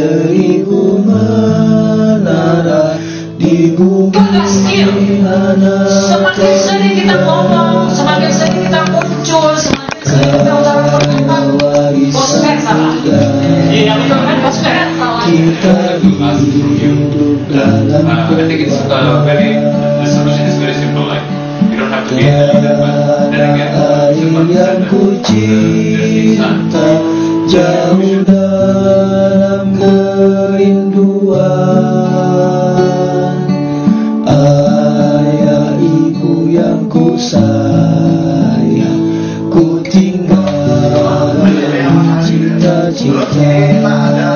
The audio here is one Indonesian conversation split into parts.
seribu menara di bumi anak. Semakin sering kita ngomong, semakin sering kita muncul, semakin sering kita ucapkan Bosfer salah. Iya, betul kan Bosfer salah. Kita hidup dalam I think it's the solution is very simple. Like you don't have to be that, but then again, yang ku cinta jauh dalam kerinduan, ayah ibu yang ku sayang, ku tinggal cita-cita.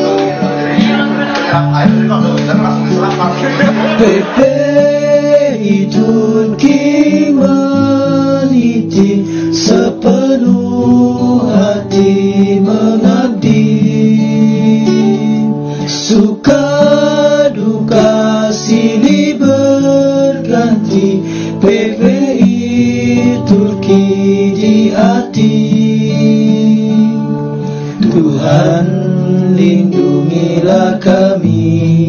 PPI Turki meniti sepenuh hati mengabdi, suka duka silih berganti, PPI Turki di hati. Tuhan lindungilah kami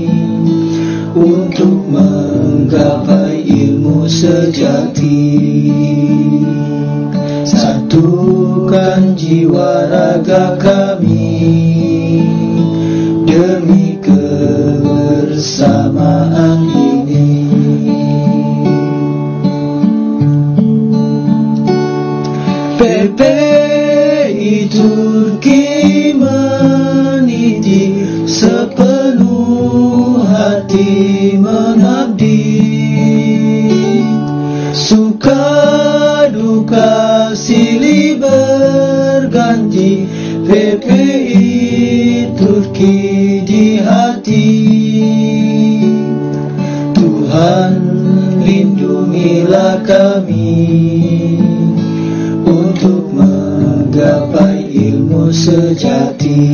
untuk menggapai ilmu sejati, satukan jiwa raga kami demi kebersamaan ini. PPI Turki meniti sepenuh hati mengabdi, suka duka silih berganti, PPI Turki di hati. Tuhan lindungilah kami untuk menggapai ilmu sejati,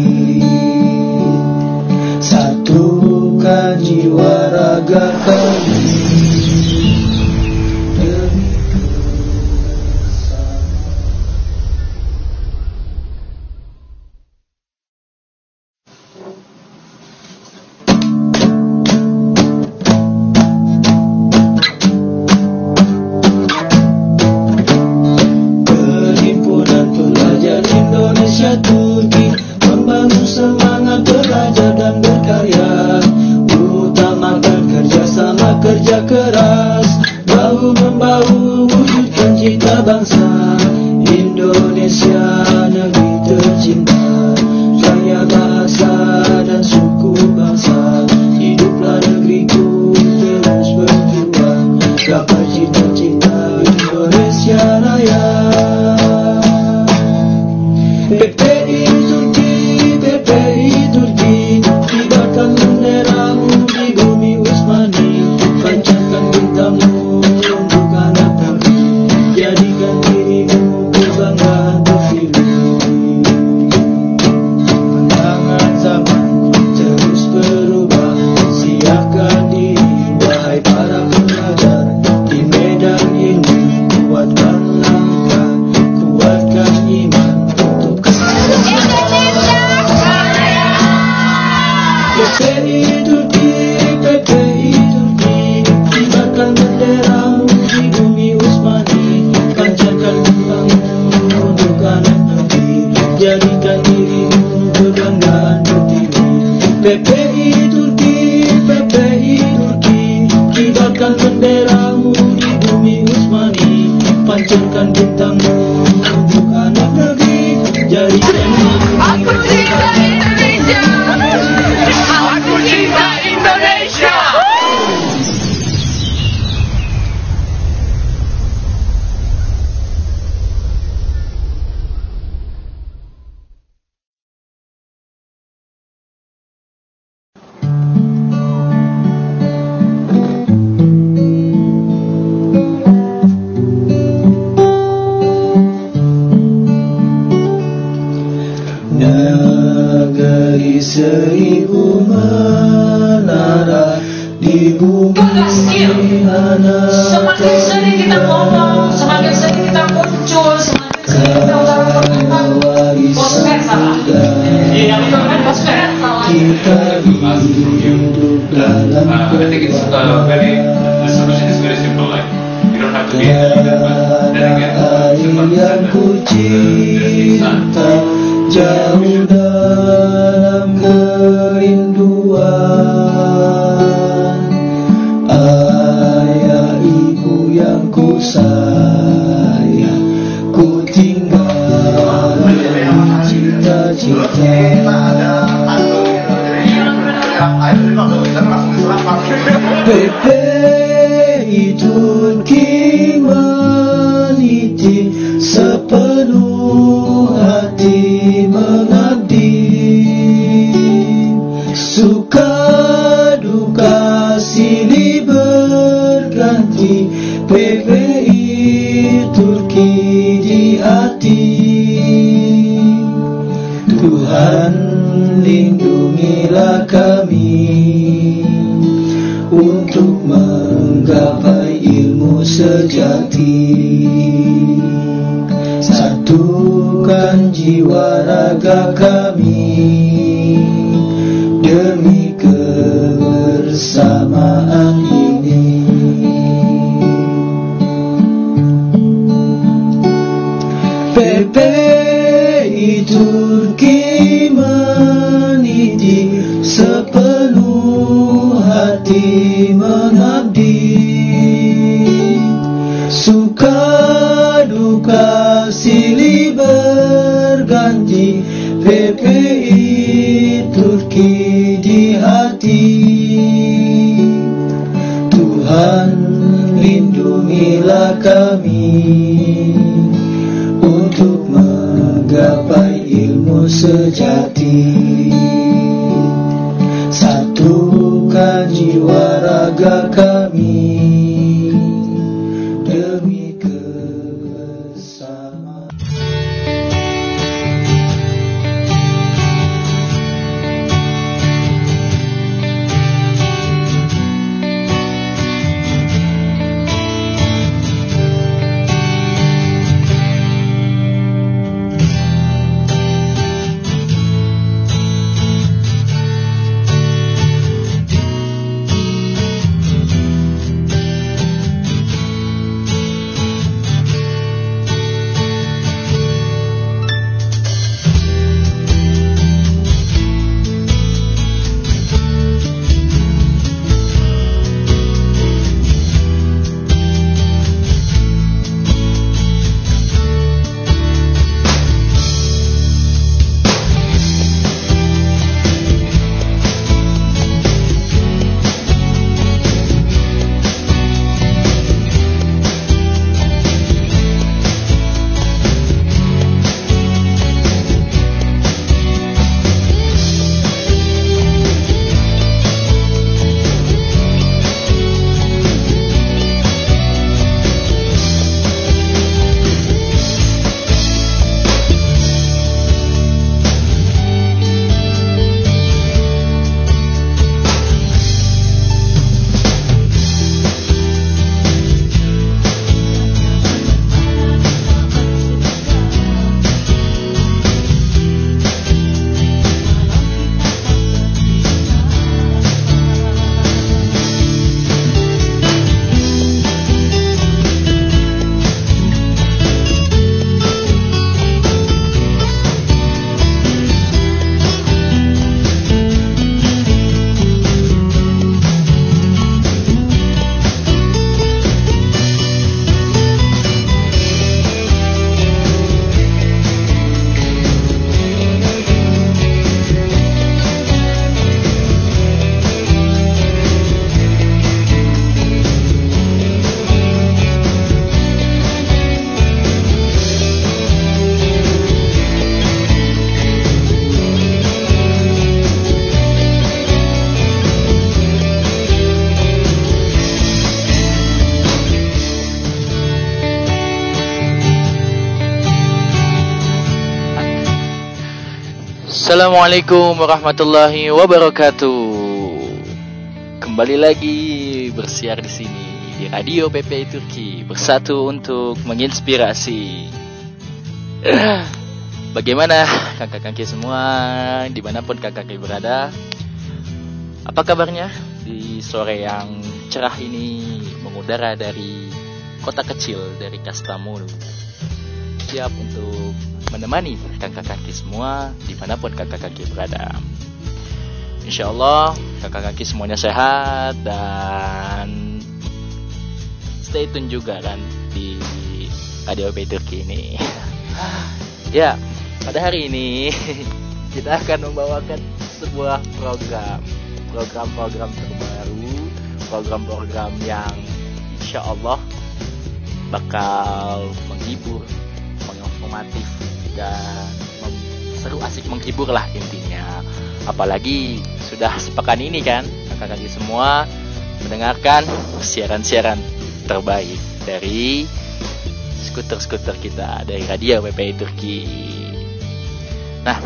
satukan jiwa raga kami demi kebersamaan. Perhimpunan Pelajar Indonesia Turki membangun semangat belajar dan berkarya, utamakan kerjasama kerja keras, bahu membahu wujudkan cita bangsa Indonesia, negeri tercinta, kaya bahasa dan suku bangsa. Hiduplah negeriku, terus berjuang, gapai cita-cita Indonesia Raya. PPI Turki, PPI Turki, kibarkan benderamu di bumi Utsmani, pancatkan bintangmu untuk anak kami, jadikan dirimu kebanggaan terpilih. Pandangan zaman terus berubah, siapkan diri wahai para pelajar di medan ini, kuatkan langkah, kuatkan iman untuk PPI Turki, PPI Turki, kibarkan benderamu di bumi Utsmani, pancatkan bintangmu untuk anak negeri, jadikan dirimu kebanggaan berdiri. PPI Turki, PPI Turki, kibarkan benderamu di bumi Utsmani, pancatkan bintangmu untuk anak negeri, jadikan dirimu Aku cinta Indonesia. Aku cinta Indonesia. Negeri seribu menara di bumi anak. Semakin sering kita ngomong, semakin sering kita muncul, semakin sering kita ucapkan Bosfer salah. Iya, betul kan Bosfer salah. I think it's the solution is very simple. Like you don't have to be a leader, but then again, simple yang ku cinta jauh dalam kerinduan, ayah ibu yang ku sayang, ku tinggal cita-cita. Pepe Turki meniti sepenuh hati mengabdi, suka duka silih berganti, PPI Turki di hati. Tuhan lindungilah kami untuk menggapai ilmu sejati, satukan jiwa raga kami demi kebersamaan ini. PPI Turki meniti sepenuh hati mengabdi, suka duka silih berganti, PPI Turki di hati. Tuhan lindungilah kami untuk menggapai ilmu sejati, satukan jiwa raga kami demi kebersamaan. Assalamualaikum warahmatullahi wabarakatuh. Kembali lagi bersiar di sini di Radio PPI Turki, bersatu untuk menginspirasi. Bagaimana kakak-kakak semua, dimanapun kakak-kakak berada? Apa kabarnya? di sore yang cerah ini mengudara dari kota kecil dari Kastamonu. Siap untuk menemani kakak-kakak semua dimanapun kakak-kakak berada. Insya Allah kakak-kakak semuanya sehat dan stay tune juga kan di Radio PPI Turki ini. Ya, pada hari ini kita akan membawakan sebuah program-program terbaru, program-program yang insya Allah bakal menghibur, menginformatif dan seru, asik, menghibur lah intinya. Apalagi sudah sepekan ini kan kakak-kakak semua mendengarkan siaran-siaran terbaik dari skuter-skuter kita dari Radio PPI Turki. Nah,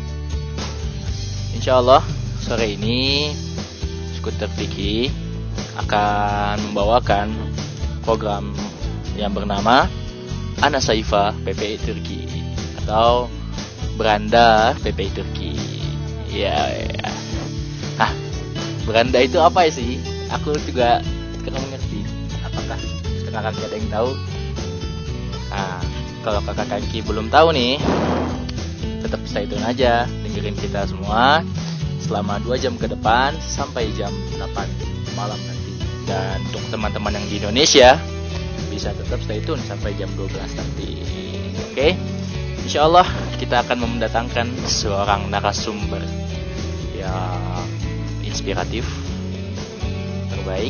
insya Allah sore ini Skuter Tiki akan membawakan program yang bernama Ana Saifa PPI Turki atau Beranda PPI Turki. Ya. Nah, beranda itu apa sih? Aku juga kurang mengerti. Apakah kakak-kakak ada yang tahu? Nah, kalau kakak-kakak belum tahu nih, tetap stay tune aja, dengerin kita semua selama 2 jam ke depan sampai jam 8 malam nanti. Dan untuk teman-teman yang di Indonesia bisa tetap stay tune sampai jam 12 nanti. Oke? Insyaallah kita akan mendatangkan seorang narasumber yang inspiratif, terbaik,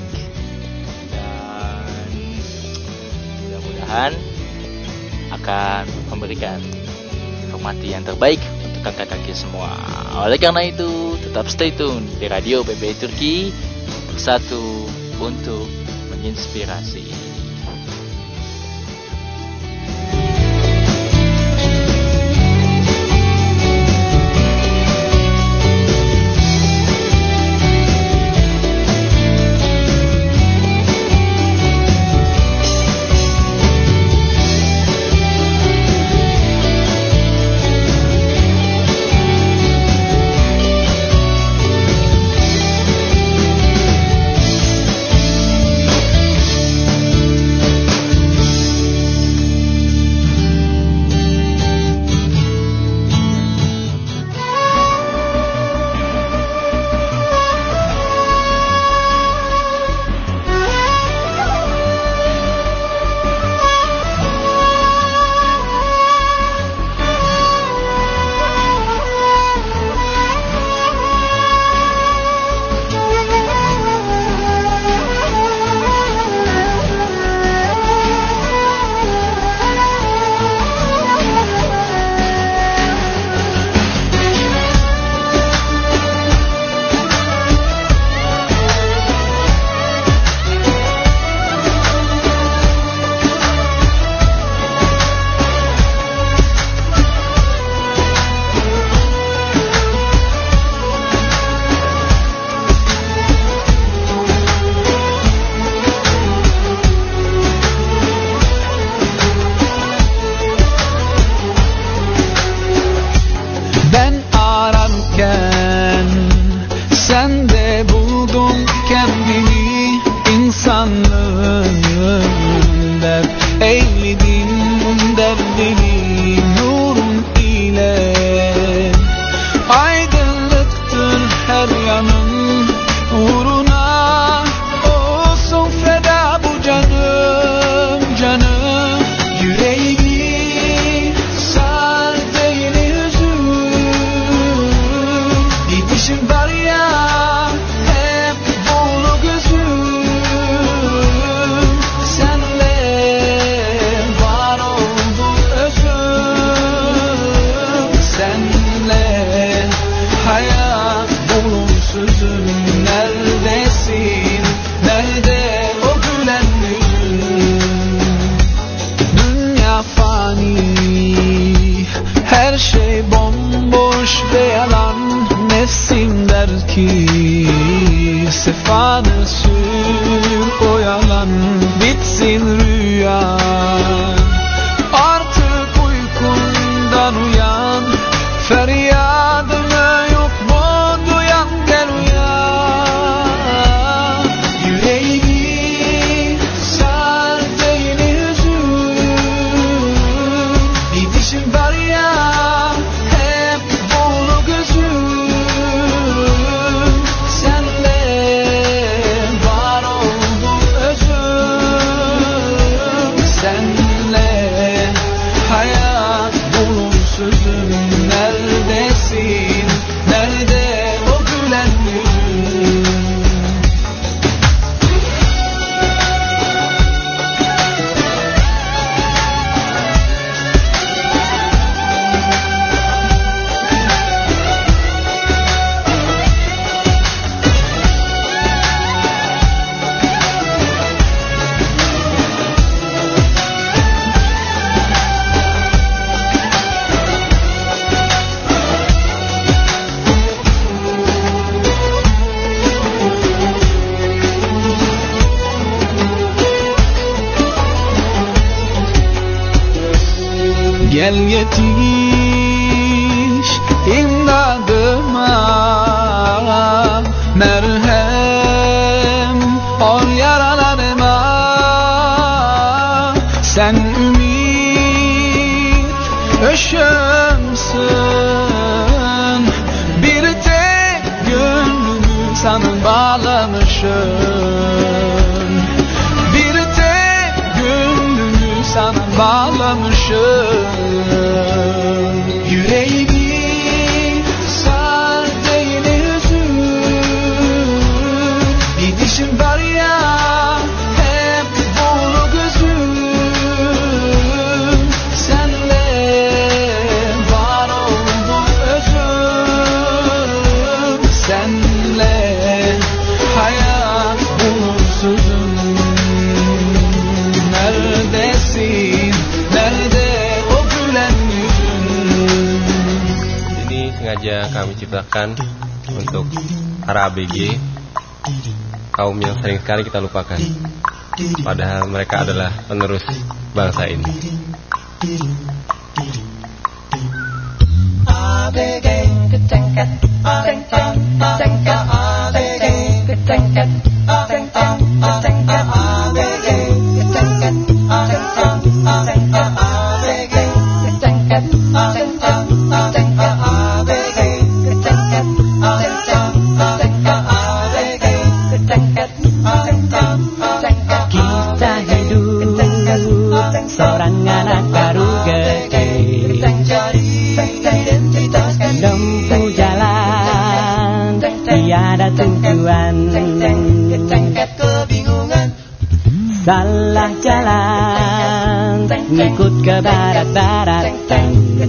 dan mudah-mudahan akan memberikan informasi yang terbaik untuk kakak-kakak semua. Oleh karena itu, tetap stay tune di Radio PPI Turki, bersatu untuk menginspirasi. Sefanı sür o yalan, bitsin rüya. Artık uykundan uyan, feryadımı yok mu duyan, gel uyan. yetiş imdadıma, merhem ol yaralarıma. Sen ümit ışığımsın, bir tek gönlümü sana bağlamışım, bir tek gönlümü sana bağlamışım. Yüreğimi sar değil üzüm, gidişim var ya hep dolu gözüm. Senle var oldu özüm, senle hayat bulursuzum. Neredesin, nerede o gülen yüzün? Ini sengaja kami ciptakan untuk para ABG, kaum yang sering sekali kita lupakan, padahal mereka adalah penerus bangsa ini. Kita hidup seorang anak baru gede, menempuh jalan tiada tujuan, salah jalan ngikut ke barat-baratan,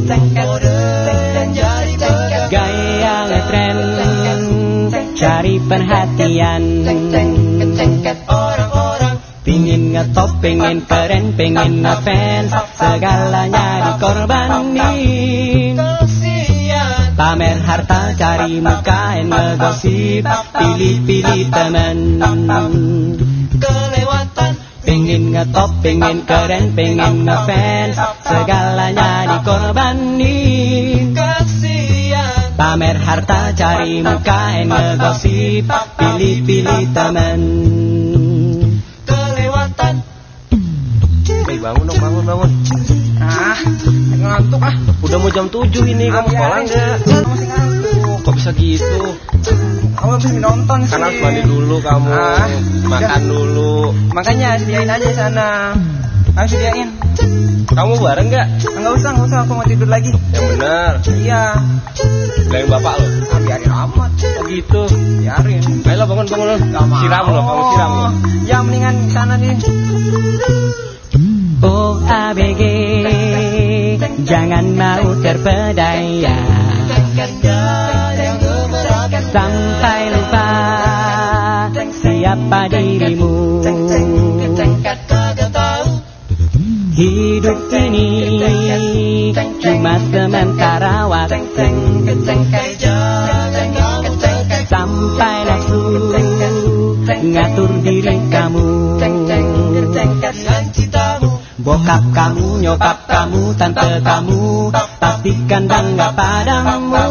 gaya ngetren cari perhatian, pingin ngetop, pingin keren, pingin ngefans, segalanya dikorbanin. Pamer harta, cari muka, and ngegosip, pilih-pilih temen. Pingin ngetop, pingin keren, pingin ngefans, segalanya dikorbanin. Pamer harta, cari muka, and ngegosip, pilih-pilih temen. Bangun dong, bangun. Ngantuk ah. Udah mau jam 7 ini, kamu sekolah enggak? Masih ngantuk. Kok bisa gitu? Kamu habis nonton sih. Kan harus mandi dulu kamu, makan dulu. Makanya sediain aja sana. Ayo sediain. Kamu bareng nggak? Enggak usah, aku mau tidur lagi. Yang benar. Iya. Bilangin bapak lo. Biarin amat. Oh gitu. Biarin. Ayo bangun lo. Siram lo, kamu siram lo. Ya mendingan di sana nih. Oh ABG, jangan mau terpedaya sampai lupa siapa dirimu. Hidup ini cuma sementara waktu, sampai nafsu ngatur diri kamu. Bokap kamu, nyokap kamu, tante kamu pastikan bangga padamu.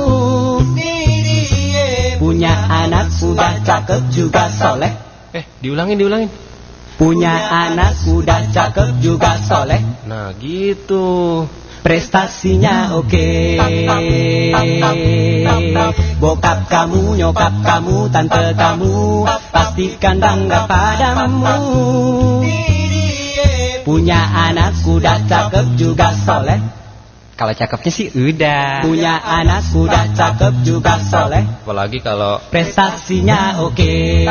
Punya anak udah cakep juga soleh. Diulangin. Punya anak udah cakep juga soleh. Nah gitu. Prestasinya oke. Bokap kamu, nyokap kamu, tante kamu pastikan bangga padamu. Punya anak udah cakep juga soleh. Kalau cakepnya sih udah. Punya anak udah cakep juga soleh. Apalagi kalau prestasinya oke.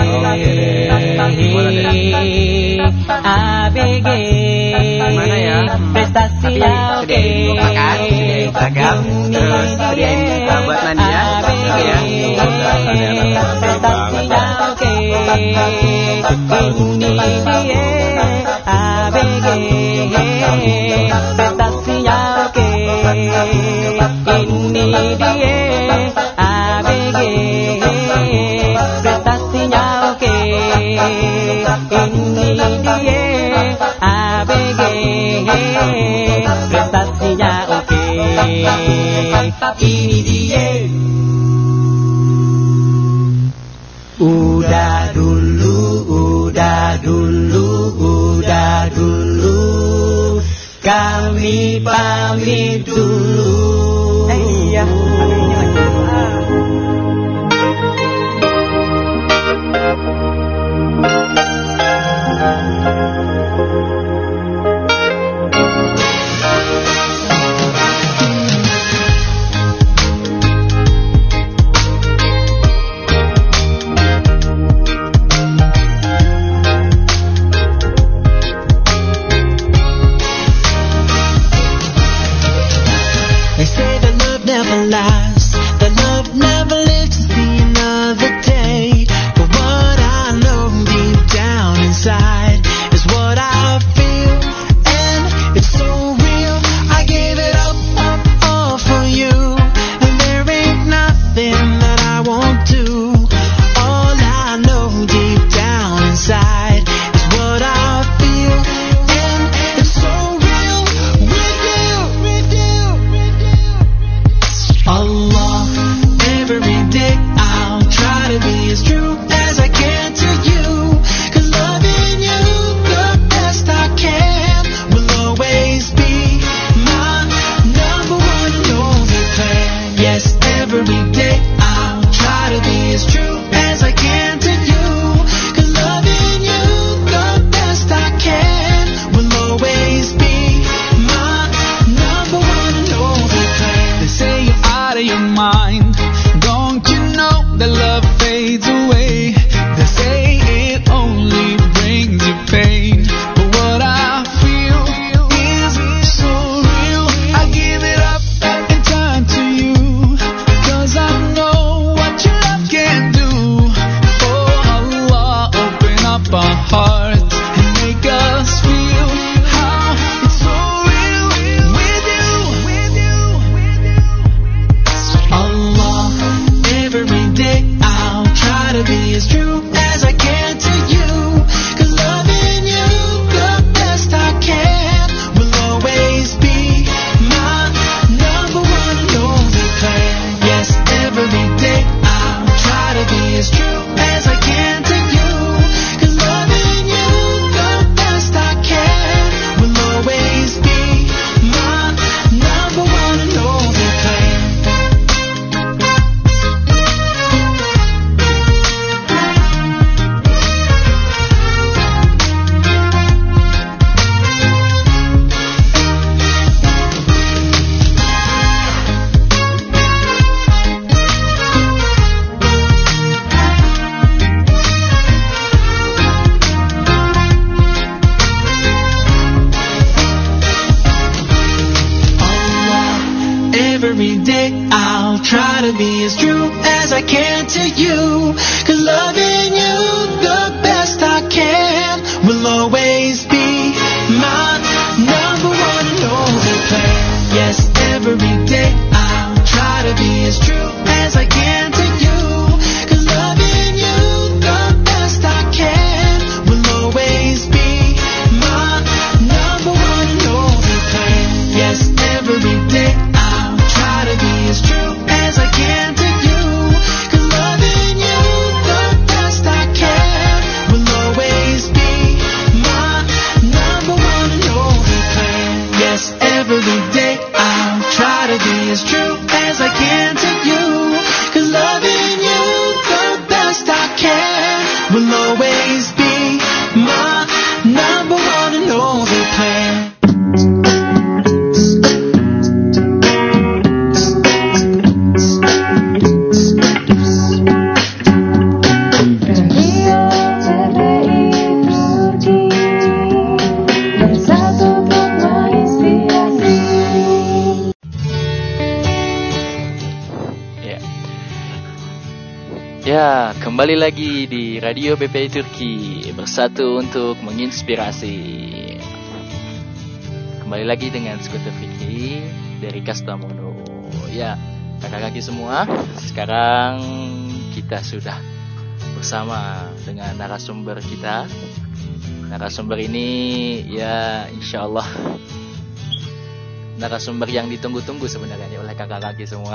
ABG. Mana ya? Prestasinya oke. Terus sediain buat Nadia. Prestasinya oke. Ini dia ABG. Prestasinya oke. Ini dia ABG. Prestasinya oke. Ini dia ABG. Prestasinya oke. ini dia. Udah dulu, kami pamit dulu. Iya, akhirnya lagi. They say that love never lasts, that love never lives to see another day. But what I know deep down inside is what I feel, and it's so real. I gave it up all for you, and there ain't nothing that I won't do. All I know deep down inside is what I feel, and it's so real with you. Allah, every day I'll try to be as true as I can to you. 'Cause loving you the best I can will always be my number one and only plan. Yes, every day I'll try to be as true as I can to you. 'Cause loving you the best I can will always be my number one and only plan. They say you're out of your mind. Don't you know that love fades away? They say it only brings you pain. But what I feel is so real. I give it up and turn to you. 'Cause I know what your love can do. Oh Allah, open up our hearts and make us feel how it's so real with you. Allah, every day I'll try to be as true as I can to you. 'Cause loving you the best I can will always be my number one and only plan. Yes, every day I'll try to be as true as I can to you. 'Cause loving you the best I can will always be my number one and only plan. Every day I'll try to be as true as I can to you. 'Cause loving you the best I can will always be my number one and only plan. Yes, every day I'll try to be as true as I can to you. 'Cause loving you the best I can will always be my number one and only plan. Yes, every day I'll try to be as true as I can to you. 'Cause loving you the best I can will always be my number one and only plan. Yes, every day I'll try to be as true as I can to you. 'Cause loving you the best I can will always be my number one and only plan. Ya, kembali lagi di Radio BPI Turki, bersatu untuk menginspirasi. Kembali lagi dengan Skuter Fikri dari Kastamonu. Ya, kakak-kakak semua, sekarang kita sudah bersama dengan narasumber kita. Narasumber ini ya insya Allah narasumber yang ditunggu-tunggu sebenarnya oleh kakak-kakak semua.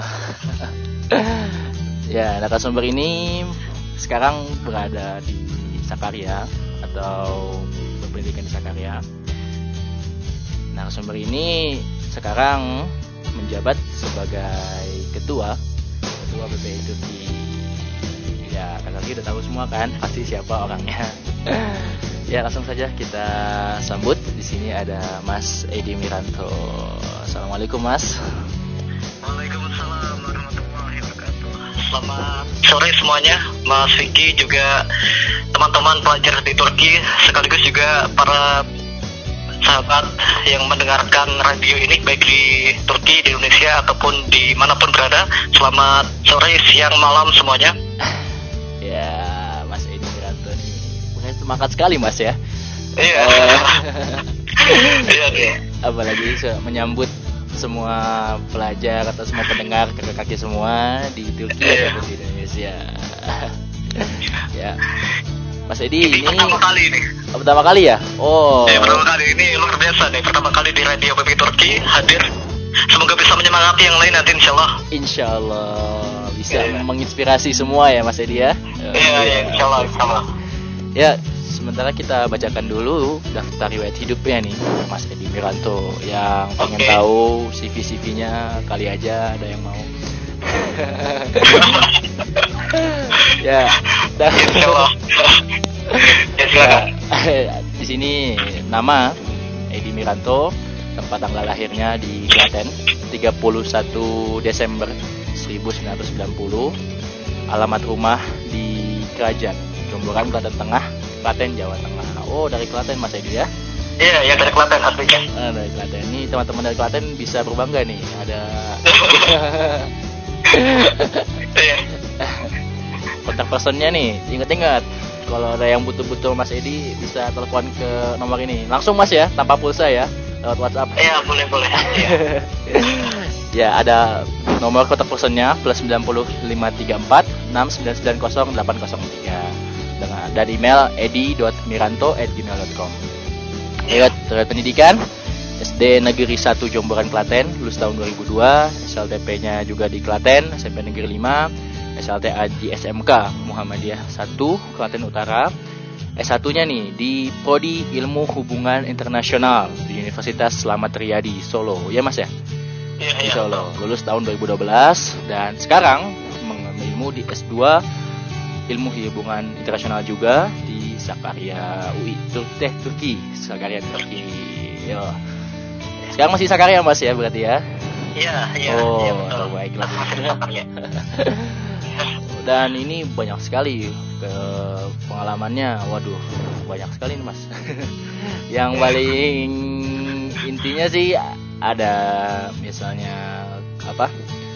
Ya, narasumber ini sekarang berada di Sakarya atau berpendidikan di Sakarya. Narasumber ini sekarang menjabat sebagai ketua PPI Turki. Ya, kakak-kakak udah tahu semua kan pasti siapa orangnya. Ya, langsung saja kita sambut. Di sini ada Mas Edi Miranto. Assalamualaikum, Mas. Waalaikumsalam warahmatullahi wabarakatuh. Selamat sore semuanya, Mas Vicky, juga teman-teman pelajar di Turki, sekaligus juga para sahabat yang mendengarkan radio ini baik di Turki, di Indonesia ataupun dimanapun berada. Selamat sore, siang, malam semuanya. Ya, Mas Edi Miranto nih semangat sekali, Mas ya. Iya. Iya. Apalagi menyambut semua pelajar atau semua pendengar kakak-kakak semua di Turki ataupun di Indonesia. Ya, Mas Edi ini pertama kali ini. Pertama kali ya? Oh. Pertama kali ini luar biasa nih. Pertama kali di radio PPI Turki hadir. Semoga bisa menyemangati yang lain nanti, insyaallah. Insyaallah bisa menginspirasi semua ya, Mas Edi ya. Iya, insyaallah. Ya, sementara kita bacakan dulu daftar riwayat hidupnya nih, Mas Edi Miranto. Yang pengen tahu CV-CV-nya kali aja ada yang mau. Ya, insyaallah. Ya, silakan. Di sini nama Edi Miranto, tempat tanggal lahirnya di Klaten, 31 Desember 1990. Alamat rumah di Kerajaan, Jomboran, Klaten Tengah, Klaten, Jawa Tengah. Oh, dari Klaten, Mas Edi ya? Iya, dari Klaten aslinya. Dari Klaten. Ini teman-teman dari Klaten bisa berbangga nih. Ada kontak personnya nih. Ingat-ingat, kalau ada yang butuh-butuh Mas Edi bisa telepon ke nomor ini. Langsung, Mas ya, tanpa pulsa ya, lewat WhatsApp. Iya, boleh. Iya. Ya, ada nomor kontak personnya +90 534 6990 803 dan email edi.miranto@gmail.com. Riwayat pendidikan SD Negeri 1 Jomboran Klaten, lulus tahun 2002. SLTP-nya juga di Klaten, SMP Negeri 5. SLTA di SMK Muhammadiyah 1 Klaten Utara. S1-nya nih di Prodi Ilmu Hubungan Internasional di Universitas Slamet Riyadi Solo. Ya, Mas ya? Di Solo. Lulus tahun 2012 dan sekarang mengambil ilmu di S2 Ilmu Hubungan Internasional juga di Sakarya UI Turki. Sakarya Turki. Yo. Sekarang masih Sakarya, Mas ya, berarti ya? Iya. Oh, Betul. Baiklah. Dan ini banyak sekali pengalamannya. Waduh, banyak sekali nih, Mas. Yang paling intinya sih ada misalnya apa?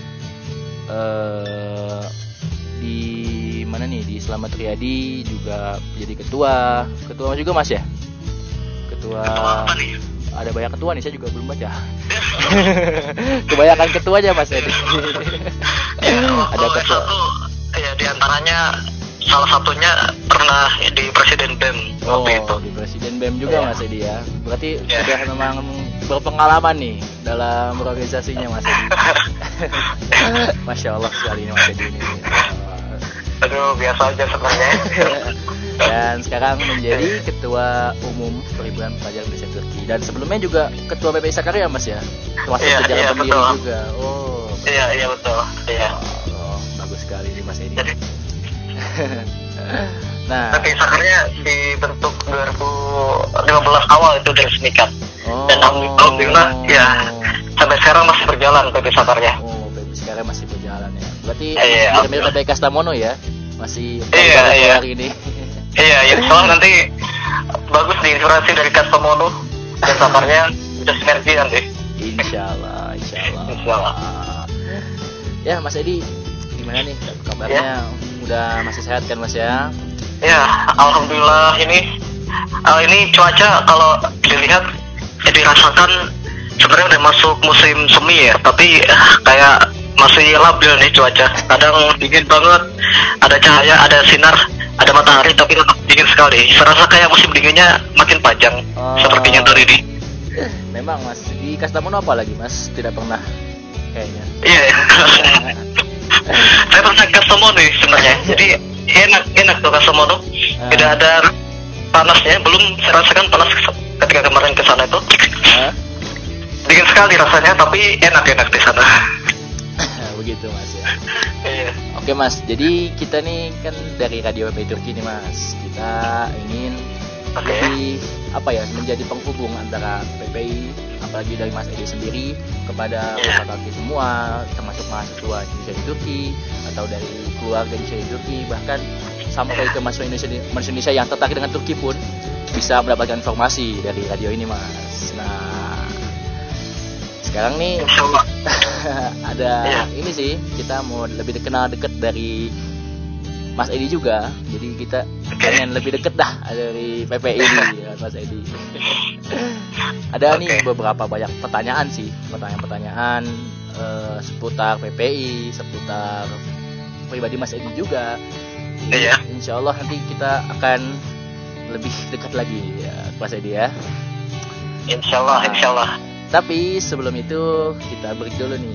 Di mana nih, di Slamet Riyadi juga jadi ketua juga, Mas ya? Ketua ada banyak ketua nih, saya juga belum baca. Kebanyakan ketuanya, Mas Edi. Ada ketua. Ya, di antaranya salah satunya pernah di Presiden BEM waktu itu. Di Presiden BEM juga, Mas Edi ya. Berarti sudah memang berpengalaman nih dalam organisasinya, Mas Edi. Masya Allah sekali nih, Mas Edi ini. Aduh, biasa aja sebenarnya. Dan sekarang menjadi Ketua Umum Perhimpunan Pelajar Indonesia Turki. Dan sebelumnya juga Ketua PPI Sakarya, Mas ya? Termasuk sejarah pendiri betul. juga. Oh, Iya, betul. Iya. Oh, bagus sekali nih, Mas Edi. Nah, PPI Sakarya dibentuk 2015 awal itu diresmikan. Dan alhamdulillah ya sampai sekarang masih berjalan PPI Sakarya. Oh, PPI Sakarya masih berjalan ya. Berarti mirip PPI Kastamono ya? Masih baru ini. Iya, soalnya nanti bagus nih inspirasi dari Kastamono dan Sakarya bisa sinergi nanti. Insyaallah. Insyaallah. Ya, Mas Edi, gimana nih kabarnya? Udah masih sehat kan, Mas ya? Ya, alhamdulillah ini cuaca kalau dilihat dirasakan sebenarnya udah masuk musim semi ya, tapi kayak masih labil nih cuaca. Kadang dingin banget, ada cahaya, ada sinar, ada matahari, tapi tetap dingin sekali. Serasa kayak musim dinginnya makin panjang sepertinya tadi ini. Memang Mas, di Kastamonu apa lagi Mas? Tidak pernah kayaknya. Iya. Saya pernah ke Kastamonu nih sebenarnya. Jadi enak tuh Kastamonu. Tidak ada panasnya, belum saya rasakan panas ketika kemarin ke sana itu. Dingin sekali rasanya, tapi enak di sana. Begitu Mas ya. Iya. Oke Mas, jadi kita nih kan dari Radio PPI Turki nih Mas. Kita ingin lebih menjadi penghubung antara PPI, apalagi dari Mas Edi sendiri kepada kakak-kakak semua, termasuk mahasiswa Indonesia di Turki atau dari keluarga Indonesia di Turki, bahkan sampai ke mahasiswa Indonesia yang tertarik dengan Turki pun bisa mendapatkan informasi dari radio ini Mas. Nah, sekarang nih ada ini sih, kita mau lebih kenal dekat dari Mas Edi juga, jadi kita pengen lebih deket dah dari PPI ini ya, Mas Edi. Ada nih beberapa banyak pertanyaan pertanyaan seputar PPI, seputar pribadi Mas Edi juga. Iya. Insya Allah nanti kita akan lebih dekat lagi ya, Mas Edi ya. Insya Allah. Tapi sebelum itu kita break dulu nih.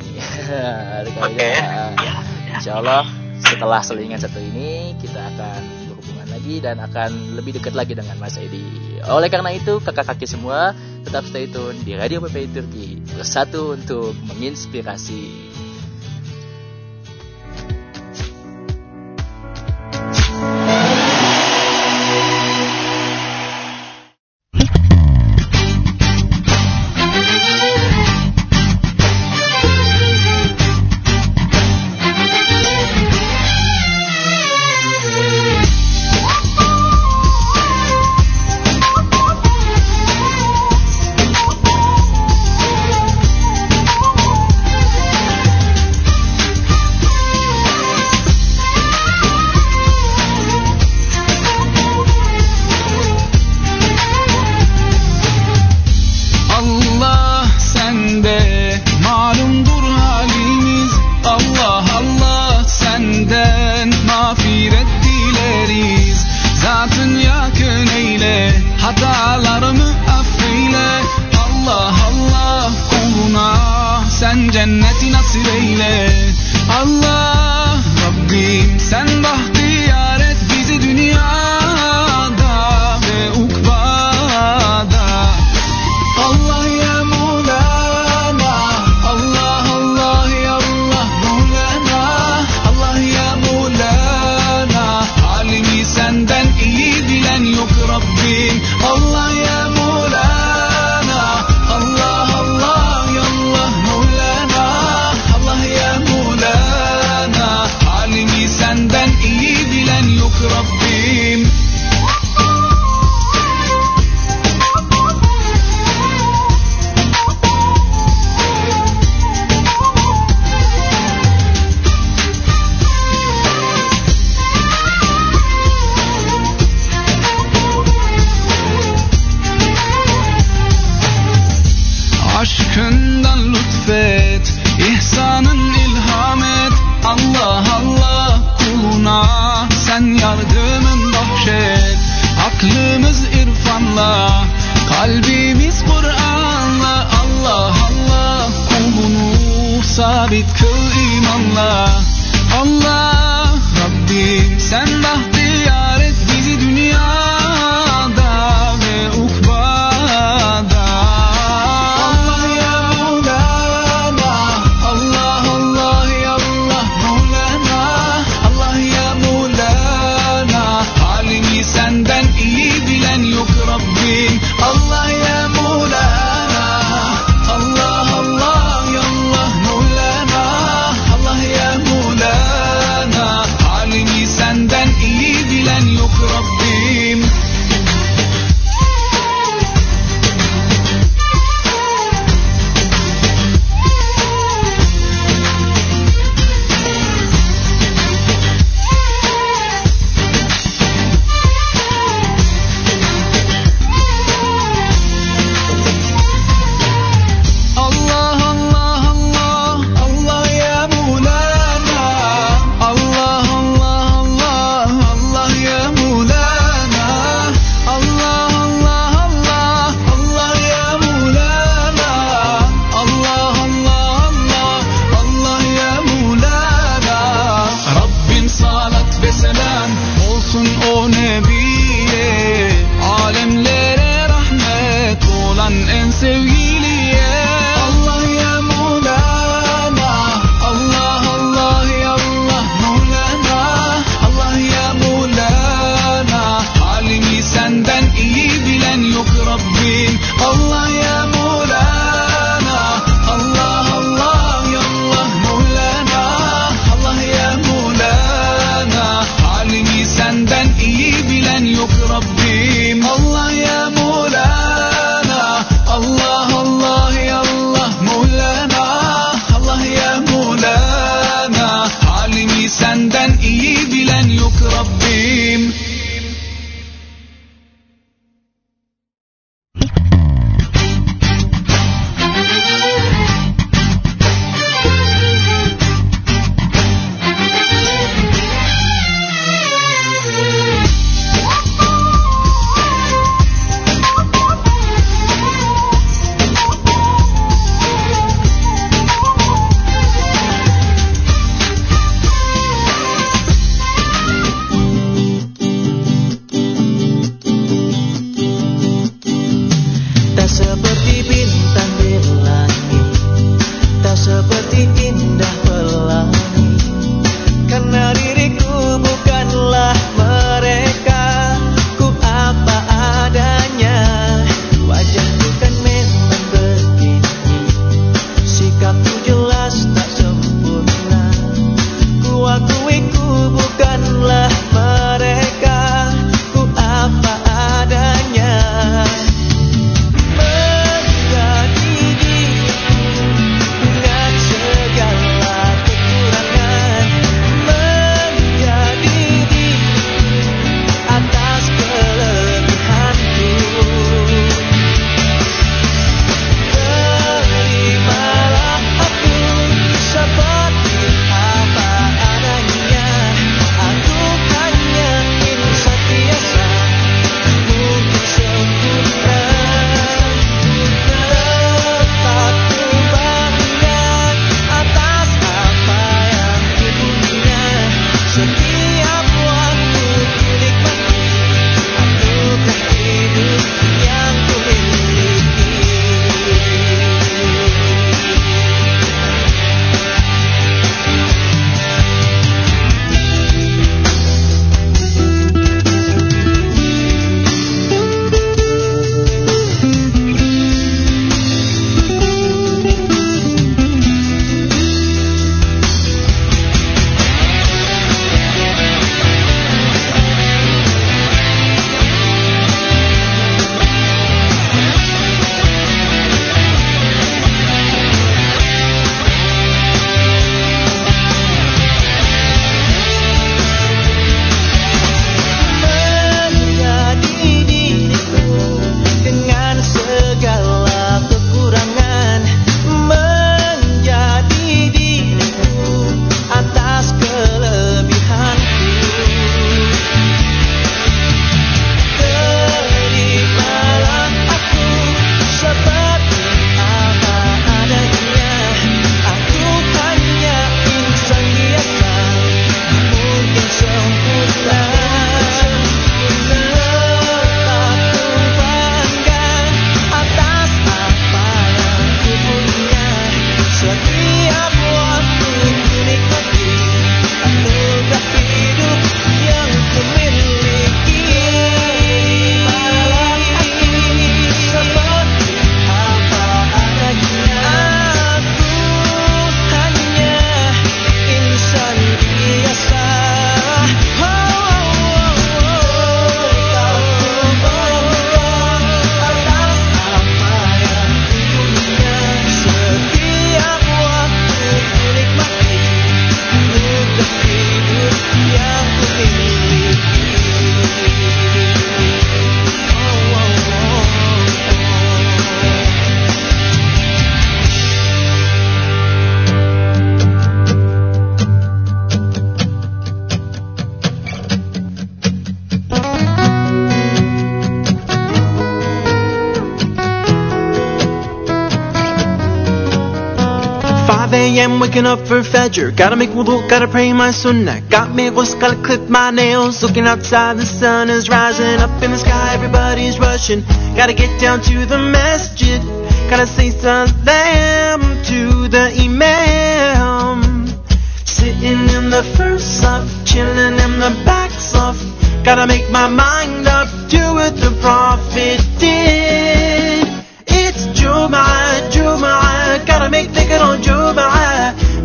Insya Allah setelah selingan satu ini kita akan berhubungan lagi dan akan lebih dekat lagi dengan Mas Edi. Oleh karena itu kakak-kakak semua tetap stay tune di Radio PPI Turki, bersatu untuk menginspirasi. Senden Allah ya Maulana, Allah Allah ya Allah Maulana, Allah ya Maulana, alimi senden iyi bilen yok Rabbim. Allah ya Maulana, Allah Allah ya Allah Maulana, Allah ya Maulana, alimi senden iyi bilen yok Rabbim. Tak seperti bintang di langit, tak seperti indah pelangi, karena diriku bukanlah mereka, ku apa adanya. Wajahku kan memang begini, sikapku jelas tak sempurna, ku akui ku bukanlah mereka, ku apa adanya. Menjadi diriku dengan segala kekurangan, menjadi diriku atas kelebihanku. Terimalah aku seperti apa adanya, aku hanya insan biasa, mungkin sempurna. Tetapku bangga atas apa yang ku punya, setiap waktu ku nikmati anugerah hidup yang ku miliki. Menjadi diriku dengan segala kekurangan, menjadi diriku atas kelebihanku. Terimalah aku seperti apa adanya, aku hanya insan biasa, mungkin sempurna. Tetapku bangga atas apa yang ku punya, setiap waktu ku nikmati anugerah hidup yang ku miliki. Malah aku seperti apa adanya, aku hanya insan biasa. I'm waking up for Fajr. Gotta make wudu, gotta pray my sunnah. Got me ghusl, gotta clip my nails. Looking outside, the sun is rising up in the sky. Everybody's rushing. Gotta get down to the masjid. Gotta say salam to the imam. Sitting in the first saf, chilling in the back saf. Gotta make my mind up, do what the Prophet did.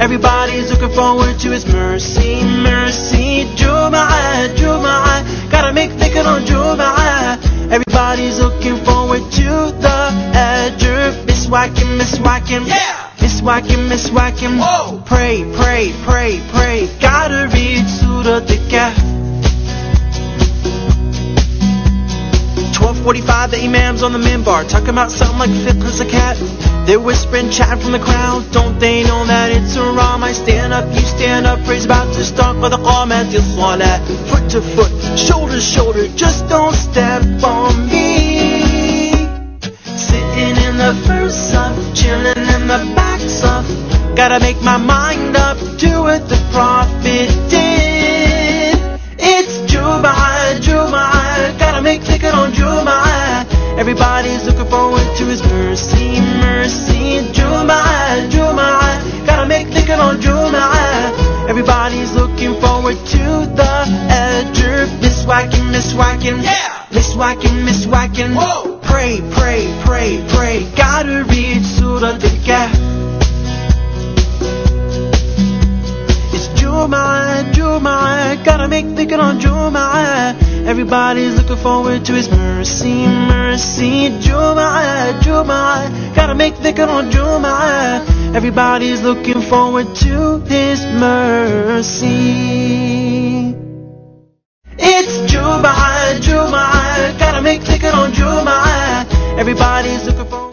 Everybody's looking forward to His mercy, mercy. Jumu'ah, Jumu'ah, gotta make dhikr on Jumu'ah. Everybody's looking forward to the ajr. Miswakim, miswakim, miswakim, miswakim. Pray, pray, pray, pray. Gotta read Surah Al-Kahf. 12:45, the imams on the minbar talking about something like fiqh zakat. They're whispering, chatting from the crowd. Don't they know that it's haram? I stand up, you stand up. Praise about to start for the qamat salat. Foot to foot, shoulder to shoulder. Just don't step on me. Sitting in the first saf, chilling in the back saf. Gotta make my mind up, do what the Prophet did. It's Jumu'ah, Jumu'ah, gotta make dhikr on Jumu'ah. Everybody's looking forward to His mercy, mercy. Jumu'ah, Jumu'ah, gotta make dhikr on Jumu'ah. Everybody's looking forward to the ajr. Miswakim, miswakim, miswakim, miswakim. Pray, pray, pray, pray. Gotta read Surah Al-Kahf. It's Jumu'ah, Jumu'ah, gotta make dhikr on Jumu'ah. Everybody's looking forward to His mercy, mercy. Jumu'ah, Jumu'ah, gotta make dhikr on Jumu'ah. Everybody's looking forward to His mercy. It's Jumu'ah, Jumu'ah, gotta make dhikr on Jumu'ah. Everybody's looking forward.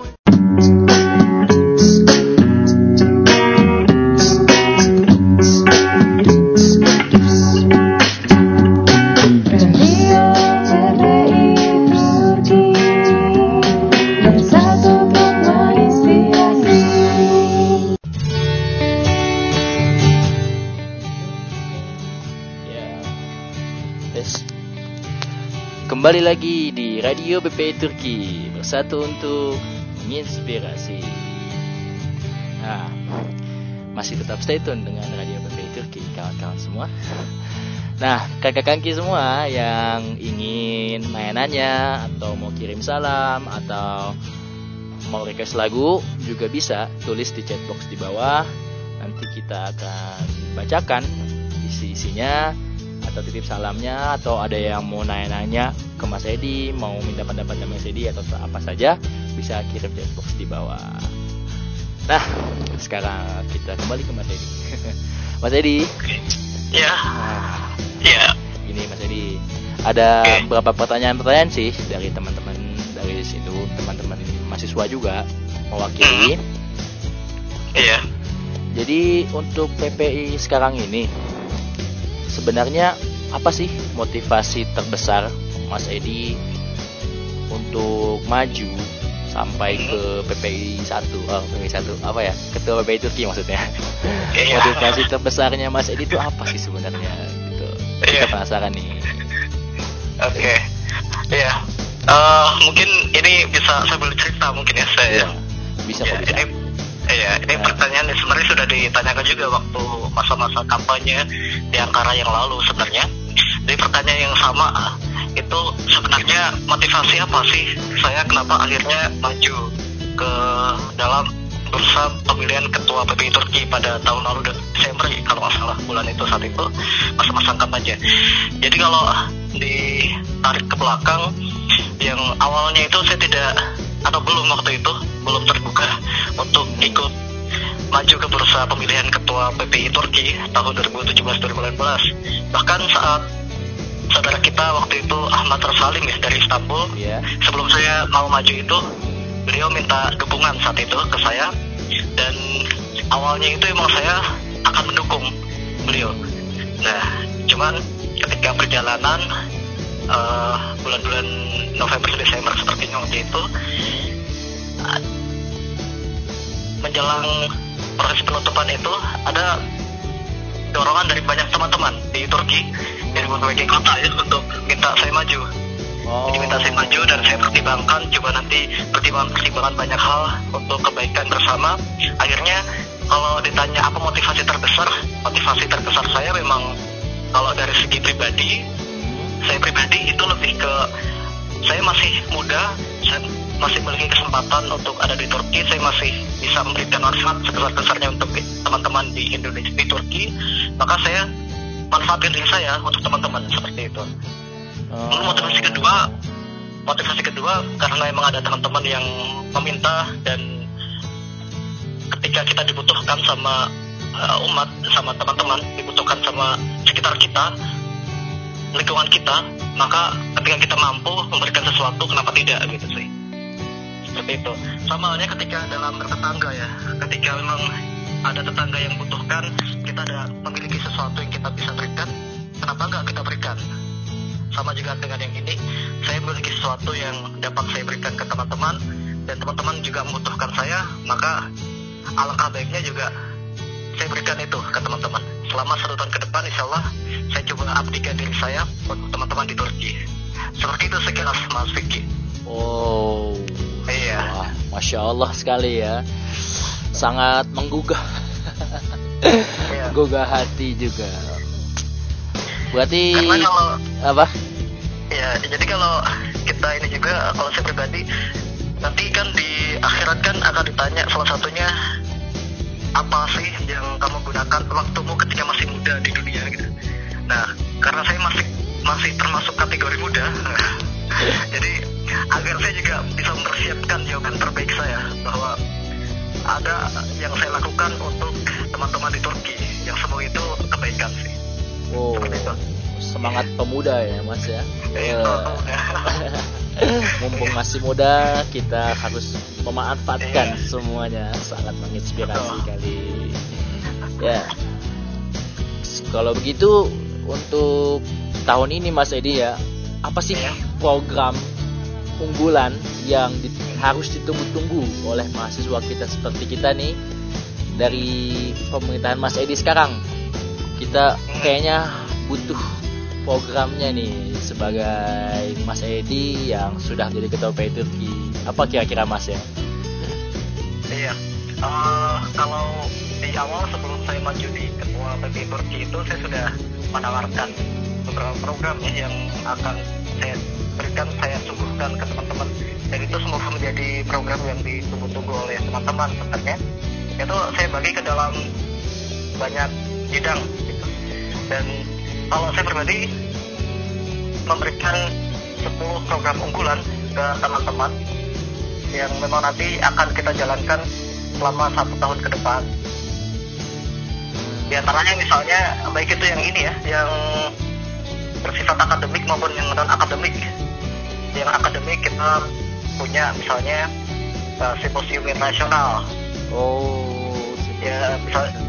Kembali lagi di Radio BPI Turki, bersatu untuk menginspirasi. Nah, masih tetap stay tune dengan Radio BPI Turki, kawan-kawan semua. Nah, kakak-kakak semua yang ingin nanya-nanya atau mau kirim salam atau mau request lagu juga bisa tulis di chatbox di bawah. Nanti kita akan bacakan isi-isinya atau titip salamnya, atau ada yang mau nanya-nanya ke Mas Edi, mau minta pendapatnya Mas Edi atau apa saja, bisa kirim chatbox di bawah. Nah, sekarang kita kembali ke Mas Edi. Mas Edi. Ya. Ya. Ini Mas Edi, ada beberapa pertanyaan-pertanyaan sih dari teman-teman dari situ, teman-teman mahasiswa juga mewakili. Iya. Jadi untuk PPI sekarang ini sebenarnya apa sih motivasi terbesar Mas Edi untuk maju sampai ke PPI 1? PPI 1 apa ya? Ketua PPI Turki maksudnya. Motivasi terbesarnya Mas Edi itu apa sih sebenarnya gitu. Kita penasaran nih. Oke. Iya. Mungkin ini bisa sambil cerita mungkin ya saya. Bisa kok bisa. Ini pertanyaan sebenarnya sudah ditanyakan juga waktu masa-masa kampanye di Ankara yang lalu sebenarnya. Jadi pertanyaan yang sama itu sebenarnya motivasi apa sih saya kenapa akhirnya maju ke dalam bursa pemilihan ketua PPI Turki pada tahun lalu Desember kalau nggak salah, bulan itu saat itu masa-masa kampanye. Jadi kalau ditarik ke belakang, yang awalnya itu saya tidak atau belum waktu itu belum terbuka untuk ikut maju ke bursa pemilihan ketua PPI Turki tahun 2017-2018. Bahkan saat saudara kita waktu itu Ahmad Rasalim ya dari Istanbul, sebelum saya mau maju itu beliau minta dukungan saat itu ke saya, dan awalnya itu emang saya akan mendukung beliau. Nah, cuman ketika perjalanan bulan-bulan November Desember sepertinya waktu itu menjelang proses penutupan itu ada dorongan dari banyak teman-teman di Turki dari berbagai kota ya untuk minta saya maju. Jadi minta saya maju dan saya pertimbangkan, coba nanti pertimbangan banyak hal untuk kebaikan bersama. Akhirnya kalau ditanya apa motivasi terbesar saya memang kalau dari segi pribadi, saya pribadi itu lebih ke saya masih muda, saya masih memiliki kesempatan untuk ada di Turki, saya masih bisa memberikan manfaat sebesar-besarnya untuk teman-teman di Indonesia, di Turki, maka saya manfaatin diri saya untuk teman-teman seperti itu. Lalu motivasi kedua karena memang ada teman-teman yang meminta, dan ketika kita dibutuhkan sama umat, sama teman-teman, dibutuhkan sama sekitar kita, lingkungan kita, maka ketika kita mampu memberikan sesuatu, kenapa tidak gitu sih. Seperti itu. Sama halnya ketika dalam bertetangga ya, ketika memang ada tetangga yang butuhkan, kita ada memiliki sesuatu yang kita bisa berikan, kenapa enggak kita berikan. Sama juga dengan yang ini, saya memiliki sesuatu yang dapat saya berikan ke teman-teman, dan teman-teman juga membutuhkan saya, maka alangkah baiknya juga saya berikan itu ke teman-teman. Selama 1 tahun ke depan, insya Allah saya coba abdikan diri saya untuk teman-teman di Turki. Seperti itu sekilas Mas Vicky. Oh, iya. Wah, Masya Allah sekali ya. Sangat menggugah. Iya. Menggugah hati juga. Berarti Karena kalau apa? ya, jadi kalau kita ini juga, kalau saya pribadi, nanti kan di akhirat kan akan ditanya salah satunya, apa sih yang kamu gunakan waktumu ketika masih muda di dunia gitu. Nah, karena saya masih termasuk kategori muda, jadi agar saya juga bisa mempersiapkan jawaban terbaik saya, bahwa ada yang saya lakukan untuk teman-teman di Turki, yang semua itu kebaikan sih. Oh, Seperti itu. semangat pemuda ya Mas ya. Iya, Mumpung masih muda, kita harus memanfaatkan semuanya. Sangat menginspirasi kali. Ya. Kalau begitu, untuk tahun ini Mas Edi ya, apa sih program unggulan yang harus ditunggu-tunggu oleh mahasiswa kita seperti kita nih dari pemerintahan Mas Edi sekarang? Kita kayaknya butuh programnya nih sebagai Mas Edi yang sudah jadi ketua PPI Turki. Apa kira-kira Mas ya? Iya, kalau di awal sebelum saya maju di ketua PPI Turki itu, saya sudah menawarkan beberapa program ya yang akan saya berikan, saya suguhkan ke teman-teman, dan itu semoga menjadi program yang ditunggu-tunggu oleh teman-teman sebenarnya. Itu saya bagi ke dalam banyak bidang gitu. Dan kalau saya pribadi memberikan 10 program unggulan ke teman-teman yang memang nanti akan kita jalankan selama 1 tahun ke depan. Di antaranya misalnya baik itu yang ini ya, yang bersifat akademik maupun yang non akademik. Yang akademik kita punya misalnya simposium internasional. Oh, ya misalnya.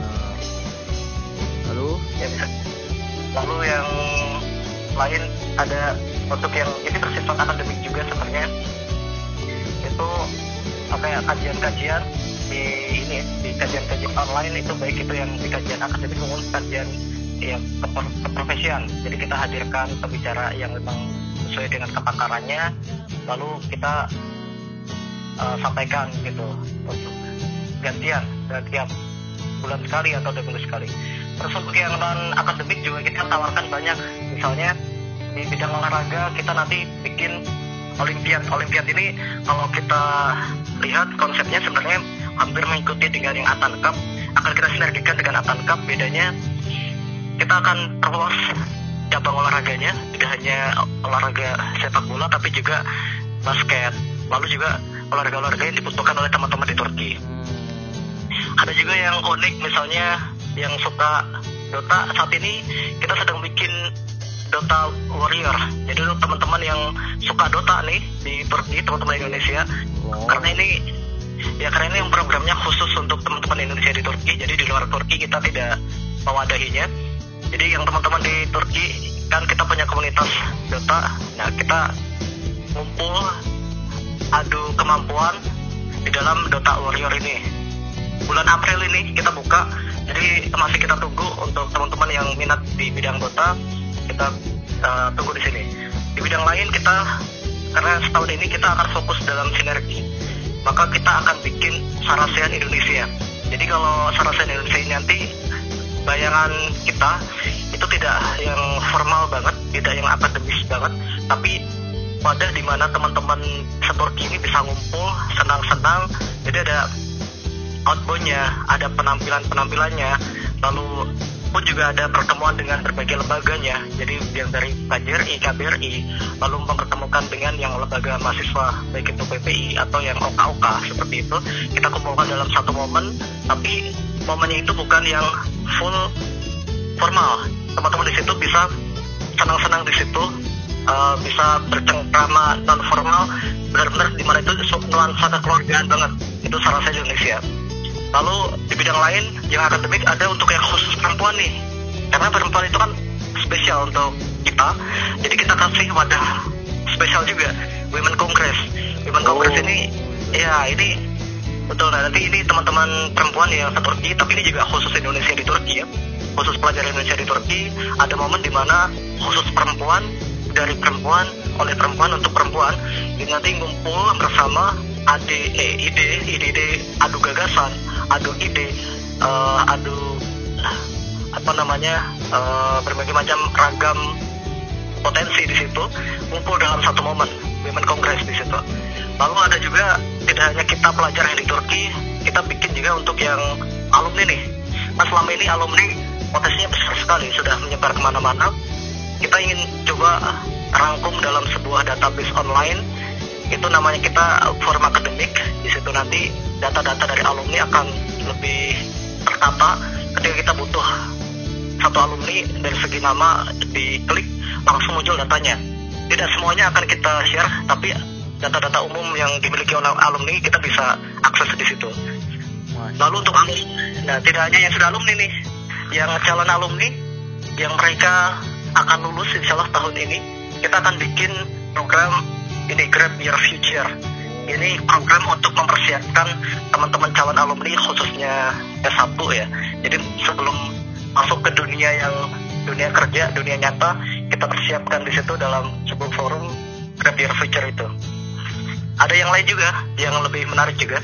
Lalu yang lain ada untuk yang ini bersifat akademik juga sebenarnya, itu apa ya, kajian-kajian di ini, di kajian-kajian online itu, baik itu yang di kajian akademik maupun kajian yang keprofesian. Jadi kita hadirkan pembicara yang memang sesuai dengan kepakarannya, lalu kita sampaikan gitu untuk gantian tiap bulan sekali atau 2 minggu sekali. Terus untuk yang non akademik juga kita tawarkan banyak, misalnya di bidang olahraga kita nanti bikin olimpiad. Olimpiad ini kalau kita lihat konsepnya sebenarnya hampir mengikuti dengan yang Atan Cup, akan kita sinergikan dengan Atan Cup. Bedanya kita akan perluas cabang olahraganya, tidak hanya olahraga sepak bola tapi juga basket, lalu juga olahraga-olahraga yang dibutuhkan oleh teman-teman di Turki. Ada juga yang unik, misalnya yang suka Dota, saat ini kita sedang bikin Dota Warrior. Jadi untuk teman-teman yang suka Dota nih di Turki, teman-teman Indonesia, karena ini yang programnya khusus untuk teman-teman Indonesia di Turki. Jadi di luar Turki kita tidak mewadahinya. Jadi yang teman-teman di Turki kan kita punya komunitas Dota. Nah, kita ngumpul adu kemampuan di dalam Dota Warrior ini. Bulan April ini kita buka, jadi masih kita tunggu untuk teman-teman yang minat di bidang Dota, kita tunggu di sini. Di bidang lain kita, karena setahun ini kita akan fokus dalam sinergi, maka kita akan bikin Sarasean Indonesia. Jadi kalau Sarasean Indonesia ini nanti bayangan kita itu tidak yang formal banget, tidak yang akademis banget, tapi wadah di mana teman-teman se-Turki ini bisa ngumpul senang-senang. Jadi ada outbound-nya, ada penampilannya, lalu pun juga ada pertemuan dengan berbagai lembaganya. Jadi yang dari KJRI, KBRI, lalu mempertemukan dengan yang lembaga mahasiswa, baik itu PPI atau yang OK seperti itu. Kita kumpulkan dalam satu momen, tapi momennya itu bukan yang full formal. Teman-teman di situ bisa senang-senang di situ, bisa bercengkrama non formal, benar-benar di mana itu nuansa kekeluargaan banget. Itu salah satu Indonesia. Lalu di bidang lain yang akademik ada untuk yang khusus perempuan nih, karena perempuan itu kan spesial untuk kita, jadi kita kasih wadah spesial juga, Women Congress. Women Congress ini, ya ini betul. Nah, nanti ini teman-teman perempuan yang ke Turki, tapi ini juga khusus Indonesia di Turki ya, khusus pelajar Indonesia di Turki. Ada momen di mana khusus perempuan, dari perempuan, oleh perempuan untuk perempuan, ini nanti ngumpul bersama ide, adu gagasan, adu ide, berbagai macam ragam potensi di situ ngumpul dalam satu momen, Women Congress di situ. Lalu ada juga tidak hanya kita pelajar yang di Turki, kita bikin juga untuk yang alumni nih. Nah, selama ini alumni potensinya besar sekali, sudah menyebar kemana-mana. Kita ingin coba rangkum dalam sebuah database online. Itu namanya kita forum akademik. Di situ nanti data-data dari alumni akan lebih tertata. Ketika kita butuh satu alumni dari segi nama, diklik langsung muncul datanya. Tidak semuanya akan kita share, tapi data-data umum yang dimiliki oleh alumni kita bisa akses di situ. Lalu untuk alumni, nah tidak hanya yang sudah alumni nih, yang calon alumni yang mereka akan lulus insya Allah tahun ini, kita akan bikin program ini Grab Your Future. Ini program untuk mempersiapkan teman-teman calon alumni khususnya S1 ya. Jadi sebelum masuk ke dunia kerja, dunia nyata, kita persiapkan di situ dalam sebuah forum Grab Your Future itu. Ada yang lain juga yang lebih menarik juga.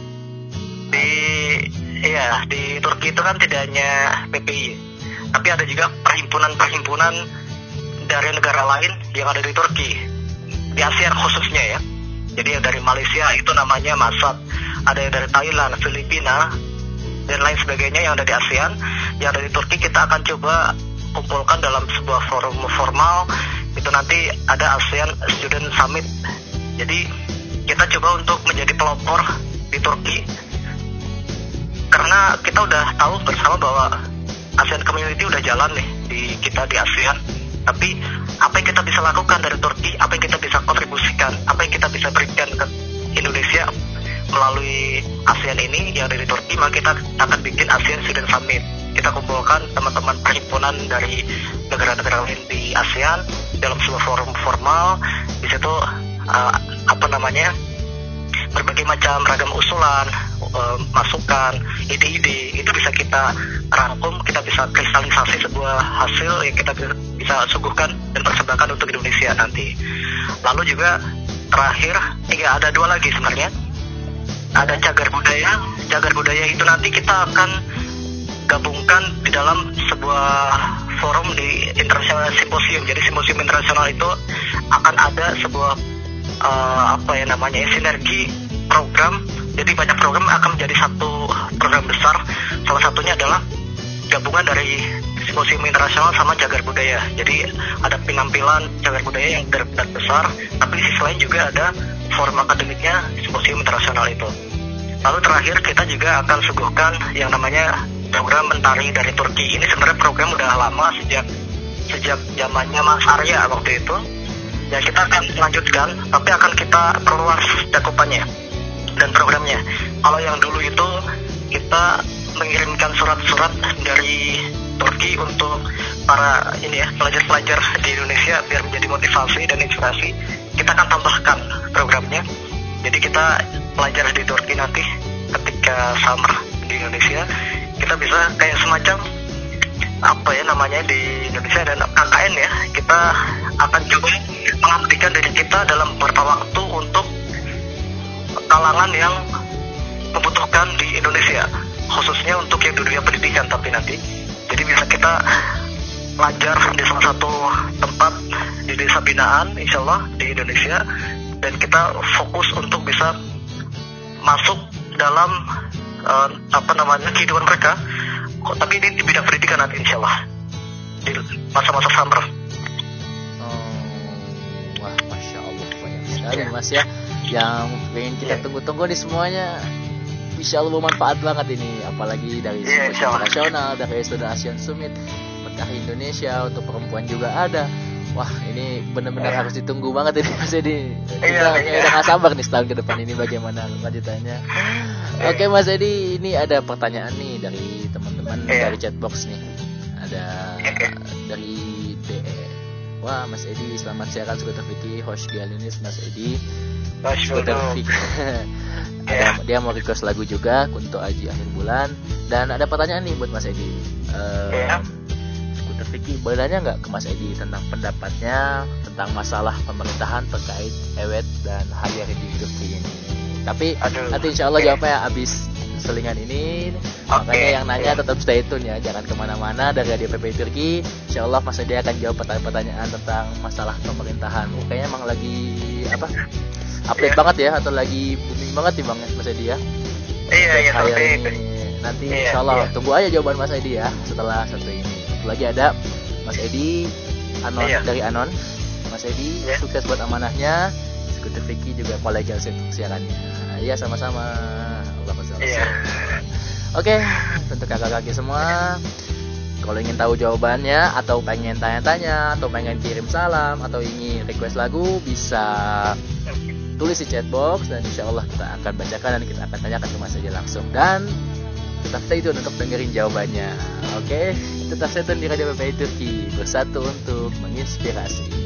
Di Turki itu kan tidak hanya PPI, tapi ada juga perhimpunan-perhimpunan dari negara lain yang ada di Turki, di ASEAN khususnya ya. Jadi yang dari Malaysia itu namanya MASAT, ada yang dari Thailand, Filipina, dan lain sebagainya yang ada di ASEAN. Yang ada di Turki kita akan coba kumpulkan dalam sebuah forum formal. Itu nanti ada ASEAN Student Summit. Jadi kita coba untuk menjadi pelopor di Turki, karena kita udah tahu bersama bahwa ASEAN Community udah jalan nih di ASEAN. Tapi apa yang kita bisa lakukan dari Turki, apa yang kita bisa kontribusikan, apa yang kita bisa berikan ke Indonesia melalui ASEAN ini yang dari Turki, maka kita akan bikin ASEAN Student Summit. Kita kumpulkan teman-teman perhimpunan dari negara-negara lain di ASEAN dalam sebuah forum formal. Di situ berbagai macam ragam usulan, masukan, ide-ide itu bisa kita rangkum, kita bisa kristalisasi sebuah hasil yang kita bisa suguhkan dan persembahkan untuk Indonesia nanti. Lalu juga terakhir, ada dua lagi sebenarnya. Ada cagar budaya. Cagar budaya itu nanti kita akan gabungkan di dalam sebuah forum di International Symposium. Jadi Symposium Internasional itu akan ada sebuah sinergi program. Jadi banyak program akan menjadi satu program besar. Salah satunya adalah gabungan dari Symposium Internasional sama cagar budaya. Jadi ada penampilan cagar budaya yang benar-benar besar, tapi di sisi lain juga ada forum akademiknya Symposium Internasional itu. Lalu terakhir kita juga akan suguhkan yang namanya program Mentari dari Turki. Ini sebenarnya program udah lama sejak zamannya Mas Arya waktu itu. Ya kita akan lanjutkan, tapi akan kita perluas cakupannya dan programnya. Kalau yang dulu itu kita mengirimkan surat-surat dari Turki untuk para pelajar-pelajar di Indonesia biar menjadi motivasi dan inspirasi. Kita akan tambahkan programnya. Jadi kita pelajar di Turki nanti ketika summer di Indonesia, kita bisa kayak semacam di Indonesia dan KKN ya. Kita akan coba mengabdikan diri kita dalam beberapa waktu untuk kalangan yang membutuhkan di Indonesia, khususnya untuk yang dunia pendidikan. Tapi nanti jadi bisa kita pelajar di salah satu tempat di desa binaan insyaallah di Indonesia, dan kita fokus untuk bisa masuk dalam kehidupan mereka. Tapi ini di bidang pendidikan nanti insyaallah di masa-masa summer. Wah, masya Allah banyak sekali Mas ya, yang pengen kita tunggu-tunggu nih semuanya. Insya Allah bermanfaat banget ini, apalagi dari Summit Internasional, dari Student Asian Summit, Mekah Indonesia untuk perempuan juga ada. Wah, ini benar-benar harus ditunggu banget ini Mas Edi. Kita udah gak sabar nih setahun ke depan ini bagaimana lanjutannya. Oke Mas Edi, ini ada pertanyaan nih dari teman-teman dari chatbox nih. Ada dari DE. Wah, Mas Edi, selamat siaran Skuter Fikih, host Gialinis Mas Edi. Skuter Fikih. Dia mau request lagu juga untuk Aji akhir bulan. Dan ada pertanyaan nih buat Mas Edi. Skuter Fikih, boleh nanya nggak ke Mas Edi tentang pendapatnya tentang masalah pemerintahan terkait Ewet dan Haryadi Turki ini. Tapi nanti insya Allah jawabnya abis selingan ini. Makanya yang nanya tetap stay tune ya, jangan kemana-mana dari Radio PPI Turki. Insya Allah Mas Edi akan jawab pertanyaan tentang masalah pemerintahan. Kayaknya emang lagi update banget ya, atau lagi booming banget nih Bang Mas Edi ya. Iya, nanti insya Allah tunggu aja jawaban Mas Edi ya setelah satu ini. Satu lagi ada Mas Edi Anon dari Anon. Mas Edi sukses buat amanahnya. Skuter Fikih juga kolegial siarannya. Iya, sama-sama. Oke, untuk kakak-kakak semua, kalau ingin tahu jawabannya atau pengen tanya-tanya atau pengen kirim salam atau ingin request lagu, bisa tulis di chatbox dan insya Allah kita akan bacakan dan kita akan tanyakan ke Mas Edi langsung, dan tetap stay tune untuk dengerin jawabannya. Oke, tetap stay tune di Radio PPI Turki, bersatu untuk menginspirasi.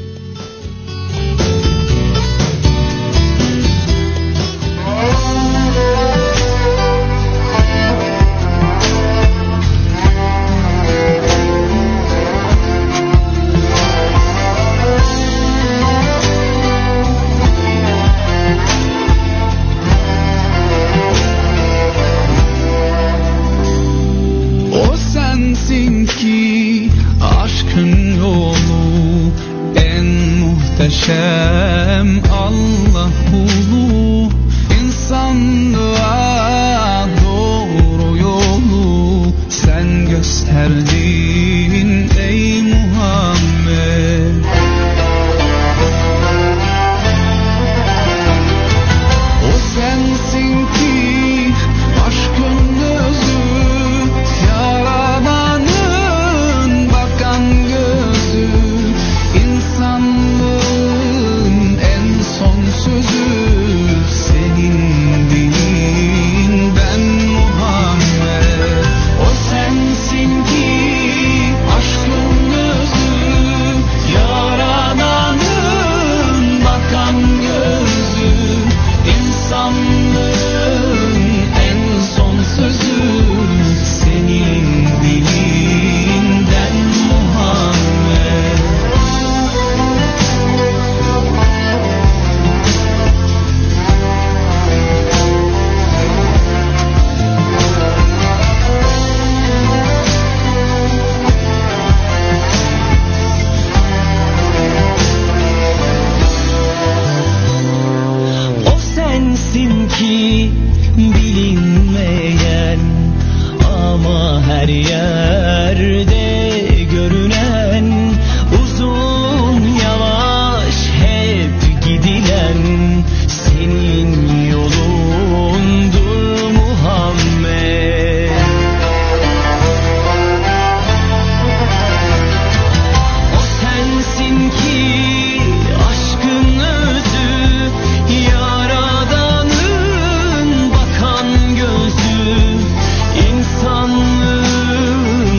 O sensin ki aşkın yolu en muhteşem Allah kulu, insanlığa doğru yolu sen gösterdin ey Muhammed. O sensin ki aşkın gözü, yaradanın bakan gözü, insanlığın en son sözü senin dilinden Muhammed. O sensin ki aşkın gözü, yaradanın bakan gözü, insanlığın en son sözü senin dilinden Muhammed. O sensin ki bilinmeyen ama her yerde görünen, uzun yavaş hep gidilen senin yolundur Muhammed. O sensin ki aşkın özü, yaradanın bakan gözü, insanlığın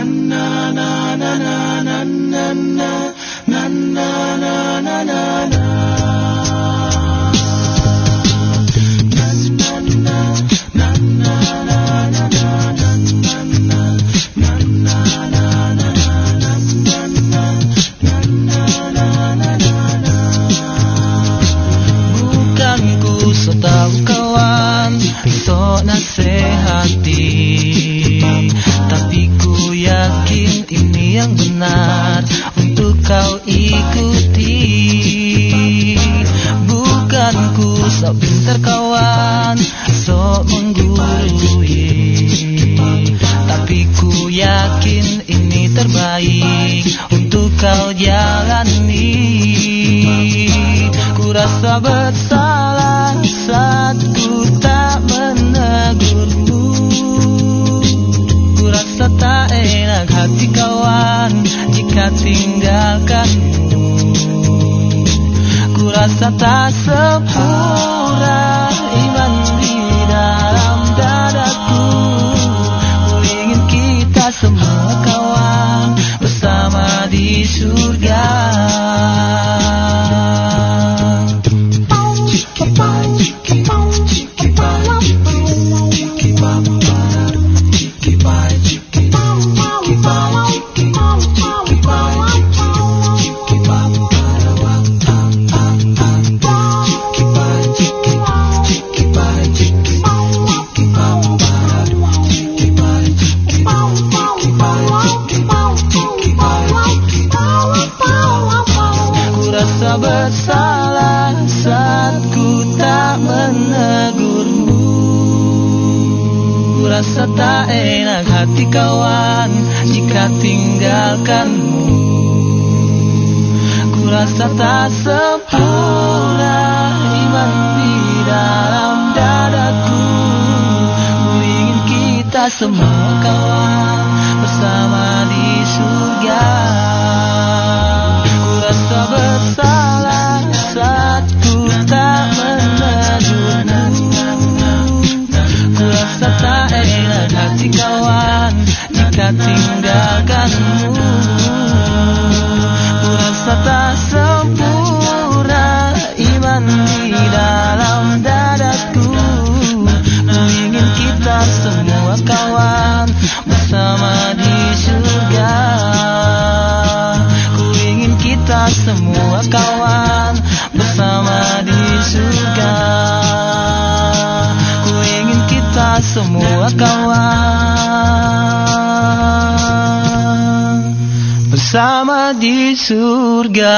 Bersama di surga.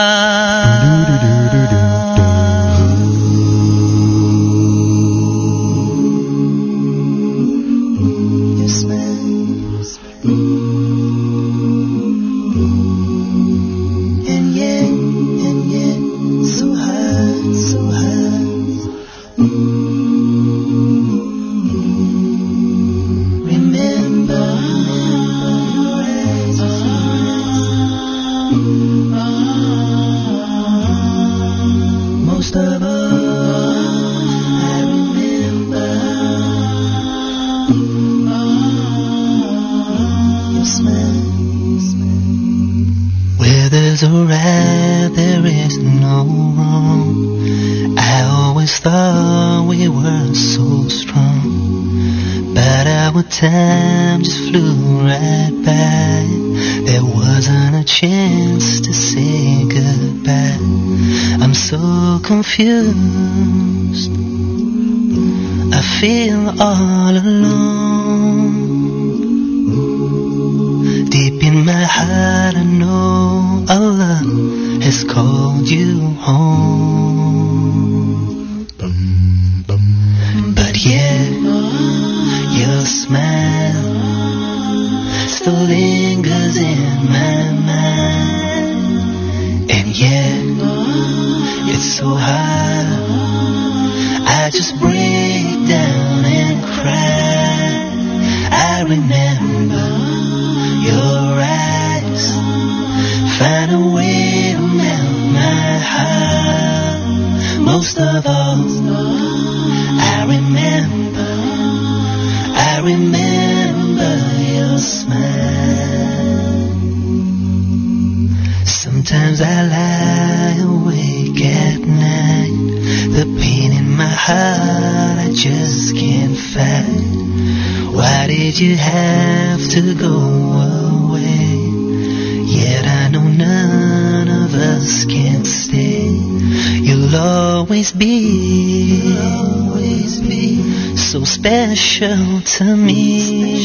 Time just flew right by. There wasn't a chance to say goodbye. I'm so confused. I feel all alone. Deep in my heart I know Allah has called you home. But yeah, your smile still lingers in my mind. And yeah, it's so hard, I just break down and cry. I remember your eyes, find a way to melt my heart. Most of all, I remember your smile. Sometimes I lie awake at night. The pain in my heart I just can't fight. Why did you have to go away? Yet I know none of us can stay. You'll always be so special to me.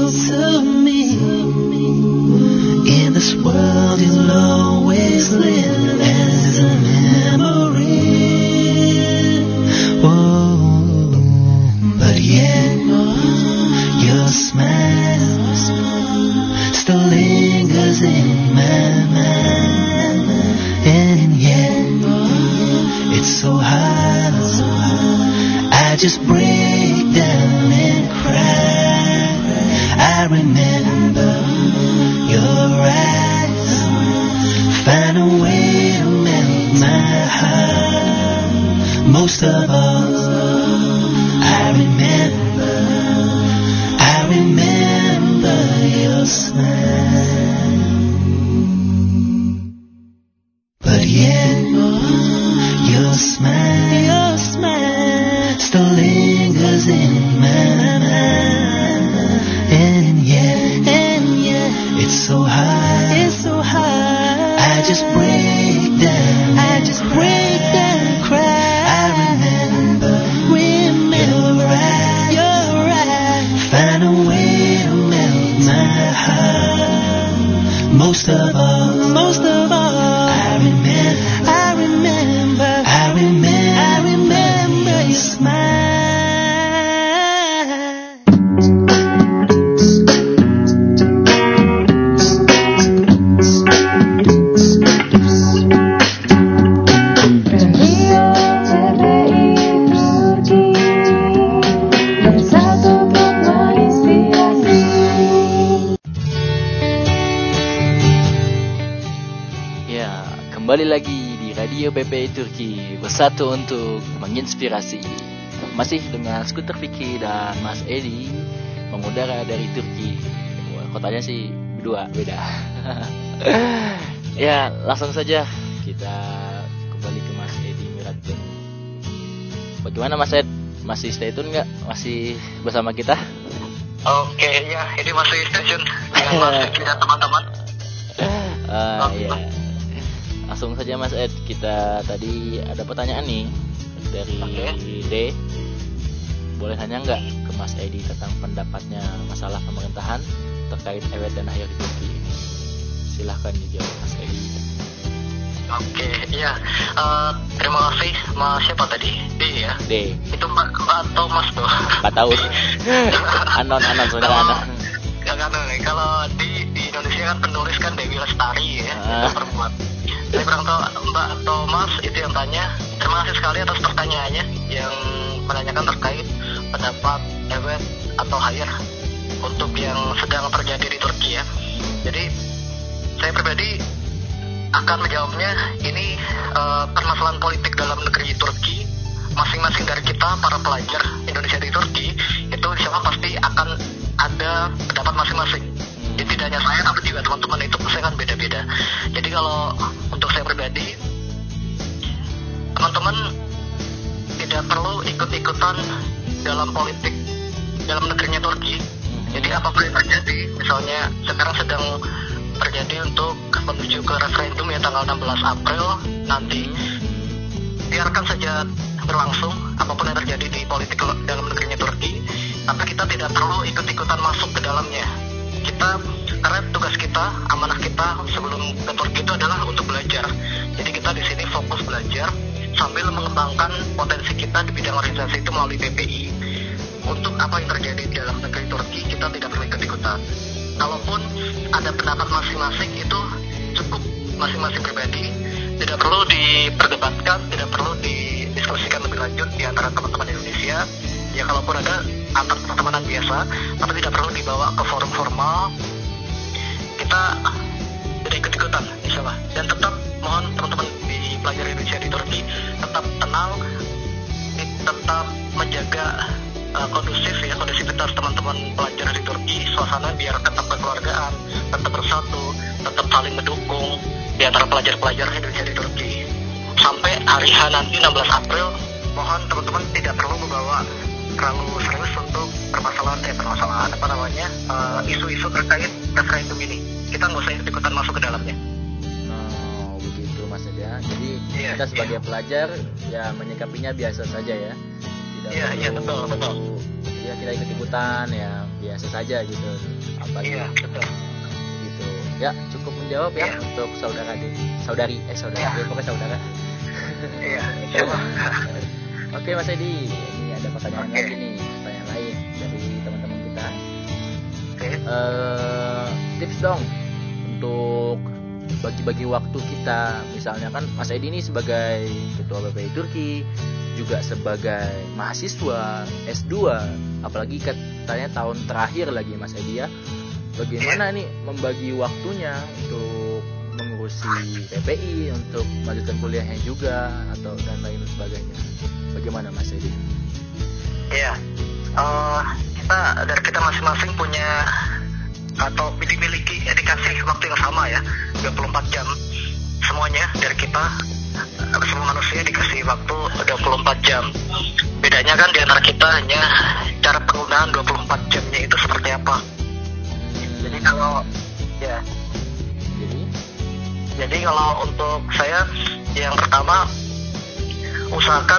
In this world you'll always live as a memory. Oh, but yet your smile still lingers in my mind. And yet it's so hard, I just break down and cry. I remember your eyes, find a way to melt my heart. Most of all, I remember your smile. But yet your smile still lingers in my mind. And yet it's so hard, I just break down and cry. I remember your eyes, find a way to melt my heart. Most of all, I remember your smile. Kembali lagi di Radio PPI Turki, bersatu untuk menginspirasi. Masih dengan Skuter Vicky dan Mas Edi mengudara dari Turki. Kotanya sih beda. Ya, langsung saja kita kembali ke Mas Edi Miratun. Bagaimana Mas Ed? Masih stay tune nggak? Masih bersama kita? Oke, ya, ini masih stay tune dengan Mas Edi dan teman-teman. Ya. Langsung saja Mas Ed, kita tadi ada pertanyaan nih dari D. Boleh tanya nggak ke Mas Edi tentang pendapatnya masalah pemerintahan terkait ewet dan akhir di Turki? Silahkan dijawab Mas Edi. Oke, iya. Terima kasih Mas siapa tadi? D ya? D. Itu Mbak atau Mas tuh? Nggak tahu. Anon saudara anon. Kalau di Indonesia kan penulis kan Dewi Lestari ya, perempuan. Saya kurang tahu Mbak atau Mas itu yang tanya. Terima kasih sekali atas pertanyaannya yang menanyakan terkait pendapat ewet atau hire untuk yang sedang terjadi di Turki ya. Jadi saya pribadi akan menjawabnya ini permasalahan politik dalam negeri Turki. Masing-masing dari kita para pelajar Indonesia di Turki itu insya Allah pasti akan ada pendapat masing-masing. Jadi tidak hanya saya tapi juga teman-teman itu pasti kan beda-beda. Jadi kalau untuk saya pribadi, teman-teman tidak perlu ikut-ikutan dalam politik dalam negerinya Turki. Jadi apapun yang terjadi, misalnya sekarang sedang terjadi untuk menuju ke referendum ya tanggal 16 April nanti, biarkan saja berlangsung apapun yang terjadi di politik dalam negerinya Turki, tapi kita tidak perlu ikut-ikutan masuk ke dalamnya. Karena tugas kita, amanah kita sebelum ke Turki itu adalah untuk belajar. Jadi kita di sini fokus belajar sambil mengembangkan potensi kita di bidang organisasi itu melalui PPI. Untuk apa yang terjadi di dalam negeri Turki kita tidak perlu ikut-ikutan. Kalaupun ada pendapat masing-masing itu cukup masing-masing pribadi, tidak perlu diperdebatkan, tidak perlu didiskusikan lebih lanjut di antara teman-teman Indonesia. Ya kalaupun ada antar pertemanan biasa, tapi tidak perlu dibawa ke forum formal. Kita tidak ikut-ikutan, insya Allah. Dan tetap mohon teman-teman di pelajar Indonesia di Turki tetap tenang, tetap menjaga kondusivitas teman-teman pelajar di Turki, suasana biar tetap kekeluargaan, tetap bersatu, tetap saling mendukung. di antara pelajar-pelajar Indonesia di Turki. Sampai hari H nanti 16 April, mohon teman-teman tidak perlu membawa terlalu serius untuk isu-isu terkait referendum ini. Kita nggak usah ikut-ikutan masuk ke dalamnya. Oh, begitu Mas ya. Jadi kita sebagai pelajar ya menyikapinya biasa saja ya. Iya, betul. Ya kita ikut-ikutan ya biasa saja gitu. Iya, betul. Gitu. Ya, cukup menjawab ya untuk saudari, pokoknya saudara. Iya, insyaallah. Oke Mas Edi, ini ada pertanyaan lagi nih, pertanyaan lain dari teman-teman kita. Tips dong untuk bagi-bagi waktu kita, misalnya kan Mas Edi ini sebagai ketua PPI Turki, juga sebagai mahasiswa S2, apalagi katanya tahun terakhir lagi Mas Edi ya. Bagaimana nih membagi waktunya untuk mengurusi PPI, untuk melanjutkan kuliahnya juga, atau dan lain sebagainya. Bagaimana Mas Edi? Iya, kita masing-masing punya atau dimiliki dikasih waktu yang sama ya, 24 jam semuanya dari kita. Semua manusia dikasih waktu 24 jam. Bedanya kan di antara kita hanya cara penggunaan 24 jamnya itu seperti apa. Jadi kalau untuk saya yang pertama, usahakan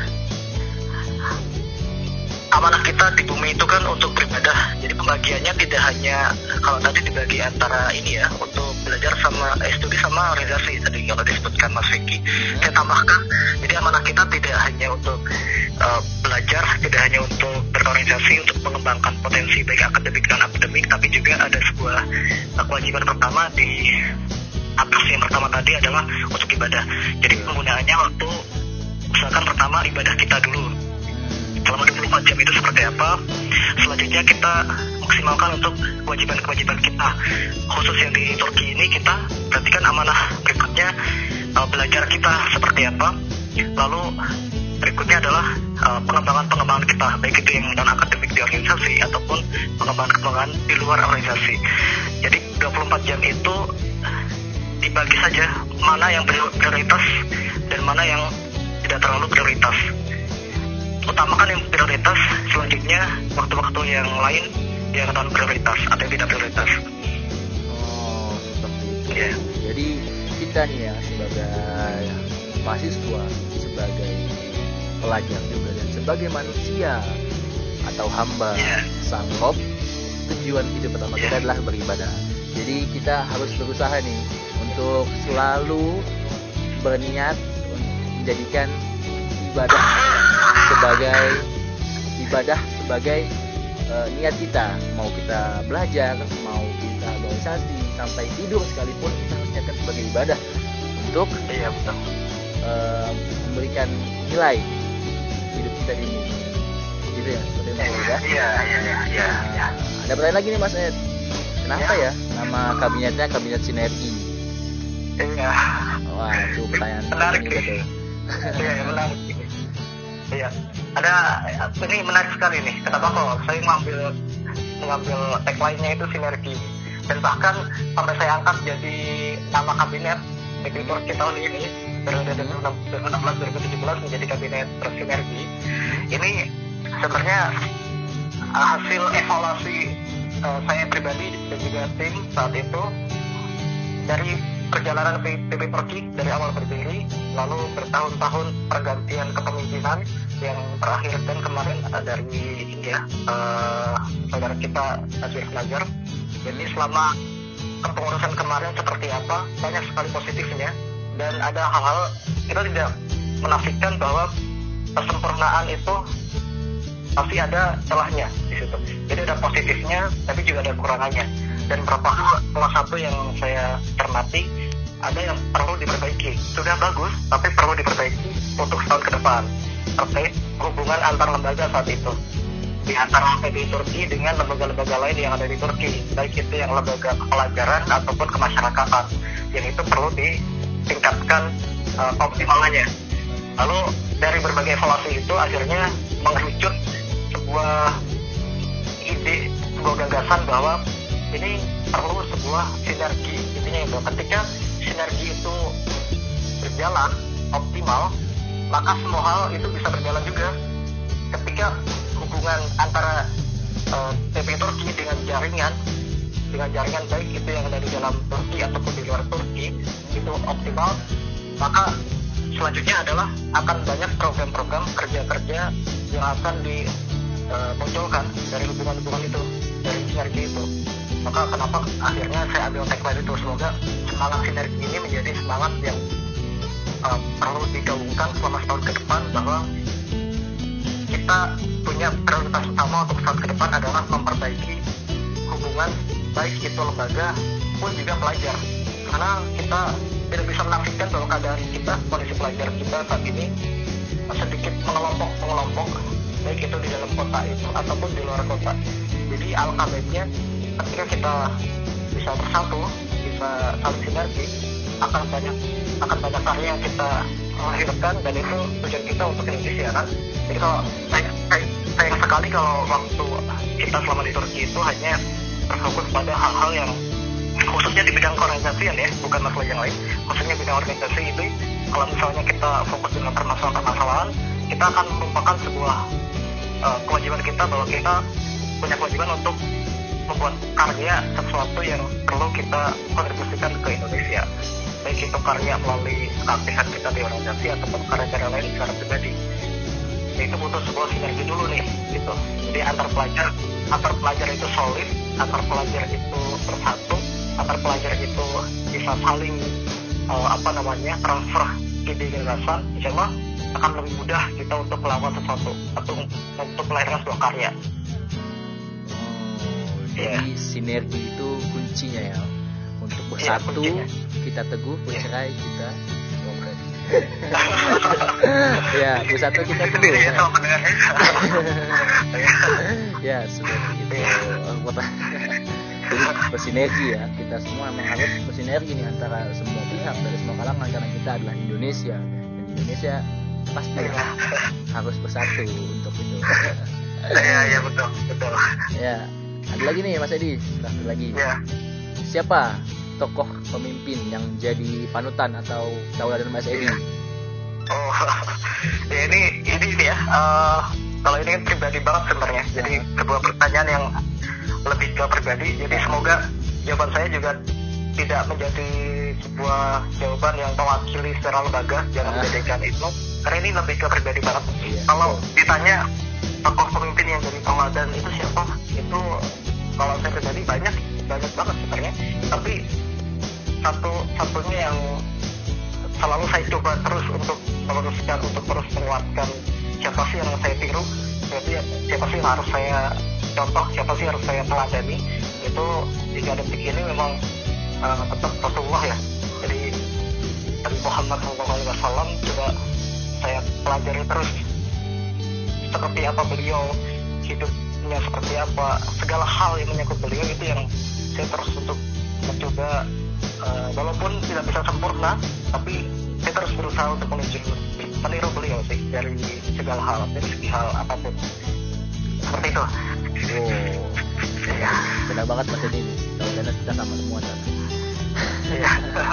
amanah kita di bumi itu kan untuk beribadah. Jadi pembagiannya tidak hanya kalau tadi dibagi antara ini ya, untuk belajar sama studi sama organisasi tadi kalau disebutkan Mas Vicky. Saya tambahkan, jadi amanah kita tidak hanya untuk belajar, tidak hanya untuk berorganisasi untuk mengembangkan potensi baik akademik dan akademik, tapi juga ada sebuah kewajiban pertama di atas yang pertama tadi adalah untuk ibadah. Jadi penggunaannya waktu usahakan pertama ibadah kita dulu. Selama 24 jam itu seperti apa? Selanjutnya kita maksimalkan untuk kewajiban-kewajiban kita. Khusus yang di Turki ini kita perhatikan amanah berikutnya, belajar kita seperti apa. Lalu berikutnya adalah pengembangan kita, baik itu yang non akademik di organisasi ataupun pengembangan di luar organisasi. Jadi 24 jam itu dibagi saja mana yang prioritas dan mana yang tidak terlalu prioritas. Utamakan yang prioritas, selanjutnya waktu-waktu yang lain yang non prioritas atau yang tidak prioritas. Oh, seperti itu. Yeah. Jadi kita nih ya sebagai mahasiswa, sebagai pelajar juga dan sebagai manusia atau hamba sang Rob, tujuan hidup pertama kita adalah beribadah. Jadi kita harus berusaha nih untuk selalu berniat menjadikan ibadah sebagai niat kita. Mau kita belajar, mau kita berorganisasi, sampai tidur sekalipun kita harus niatkan sebagai ibadah untuk memberikan nilai hidup kita di sini. Gitu ya, seperti Mas Ed. Iya. Ada pertanyaan lagi nih Mas Ed. Kenapa ya nama kabinetnya kabinet sinergi? Iya. Wah, itu pertanyaan menarik betul. Iya, menarik. Iya. Ini menarik sekali nih. Kenapa kok saya mengambil tagline-nya itu sinergi, dan bahkan sampai saya angkat jadi nama kabinet di Turki tahun ini periode 2016-2017 menjadi kabinet bersinergi. Ini sebenarnya hasil evaluasi saya pribadi dan juga tim saat itu dari perjalanan PP Turki dari awal berdiri, lalu bertahun-tahun pergantian kepemimpinan yang terakhir dan kemarin dari India, saudara kita Nazir Pelajar. Jadi selama kepengurusan kemarin seperti apa, banyak sekali positifnya, dan ada hal-hal kita tidak menafikan bahwa kesempurnaan itu pasti ada celahnya di situ. Jadi ada positifnya, tapi juga ada kekurangannya. Dan beberapa hal, salah satu yang saya cermati, ada yang perlu diperbaiki. Sudah bagus, tapi perlu diperbaiki untuk setahun ke depan terkait hubungan antar lembaga saat itu, di antara PPI Turki dengan lembaga-lembaga lain yang ada di Turki, baik itu yang lembaga kepelajaran ataupun kemasyarakatan, yang itu perlu ditingkatkan optimalnya. Lalu dari berbagai evaluasi itu akhirnya mengerucut sebuah ide, sebuah gagasan bahwa ini perlu sebuah sinergi. Intinya itu, ketika sinergi itu berjalan optimal, maka semua hal itu bisa berjalan juga. Ketika hubungan antara PP Turki dengan jaringan baik itu yang ada di dalam Turki ataupun di luar Turki itu optimal, maka selanjutnya adalah akan banyak program-program kerja-kerja yang akan dimunculkan dari hubungan-hubungan itu, dari sinergi itu. Maka kenapa akhirnya saya ambil tagline itu, semoga semangat sinergi ini menjadi semangat yang perlu digaungkan selama setahun ke depan, bahwa kita punya prioritas utama untuk setahun ke depan adalah memperbaiki hubungan baik itu lembaga pun juga pelajar, karena kita tidak bisa menafikan bahwa keadaan kita, kondisi pelajar kita saat ini sedikit mengelompok baik itu di dalam kota itu ataupun di luar kota. Jadi alangkah baiknya ketika kita bisa bersatu, bisa saling sinergi, akan banyak karya yang kita lahirkan, dan itu tujuan kita untuk Indonesia kan. Jadi kalau sayang sekali kalau waktu kita selama di Turki itu hanya berfokus pada hal-hal yang khususnya di bidang keorganisasian ya, bukan masalah yang lain, khususnya bidang organisasi itu. Kalau misalnya kita fokus dengan permasalahan-permasalahan, kita akan melupakan sebuah kewajiban kita, bahwa kita punya kewajiban untuk membuat karya sesuatu yang perlu kita kontribusikan ke Indonesia, baik itu karya melalui keaktifan kita di organisasi ataupun karya-karya lain secara pribadi. Itu butuh sebuah sinergi dulu nih gitu. Jadi antar pelajar itu solid, antar pelajar itu bersatu, antar pelajar itu bisa saling transfer ide gagasan, insya Allah akan lebih mudah kita untuk melakukan sesuatu atau untuk melahirkan sebuah karya. Jadi sinergi itu kuncinya ya. Untuk bersatu kita teguh, bercerai kita ya, bersatu kita teguh. Ya, seperti itu. Jadi bersinergi ya, kita semua memang harus bersinergi nih antara semua pihak dari semua kalangan, karena kita adalah Indonesia, dan Indonesia pasti harus bersatu untuk itu. Ya betul. Ya, ada lagi nih Mas Edi, satu lagi. Ya. Siapa tokoh pemimpin yang jadi panutan atau tauladan Mas Edi? Ini ya. Kalau ini kan pribadi banget sebenarnya. Jadi sebuah pertanyaan yang lebih ke pribadi. Jadi semoga jawaban saya juga tidak menjadi sebuah jawaban yang mewakili secara lembaga. Jangan menjadikan itu. Karena ini lebih ke pribadi banget. Kalau ditanya tokoh pemimpin yang jadi tauladan itu siapa? Itu kalau saya pribadi banyak banget sebenarnya. Tapi satunya yang selalu saya coba terus untuk meluruskan, untuk terus menguatkan, siapa sih yang saya tiru, siapa sih yang harus saya contoh, siapa sih yang harus saya teladani, itu 3 detik ini memang tetap Rasulullah ya. Jadi Nabi Muhammad SAW coba saya pelajari terus seperti apa beliau, hidupnya seperti apa, segala hal yang menyangkut beliau itu yang saya terus untuk mencoba, walaupun tidak bisa sempurna, tapi saya terus berusaha untuk meniru beliau sih dari segala hal, dari segi hal apapun. Seperti itu. Ya, benar banget Mas Edi. Kalau kita sama semua kan. Iya.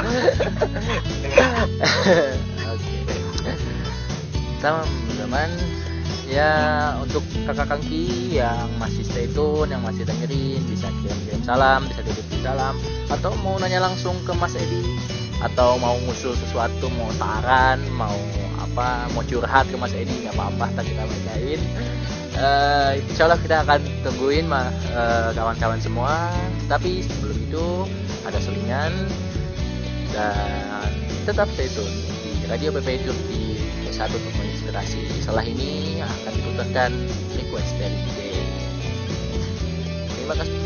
Oke. Teman-teman, ya untuk kakak kangki yang masih stay tune, yang masih dengerin, bisa kirim salam, bisa titip salam, atau mau nanya langsung ke Mas Edi, atau mau ngusul sesuatu, mau saran, mau curhat ke Mas Edi, nggak apa-apa, tak kita bacain. Insya Allah kita akan tungguin kawan-kawan semua. Tapi sebelum itu ada selingan, dan tetap stay tune di Radio PPI Turki, satu untuk menginspirasi. Setelah ini akan diputarkan request dari DJ. Terima kasih.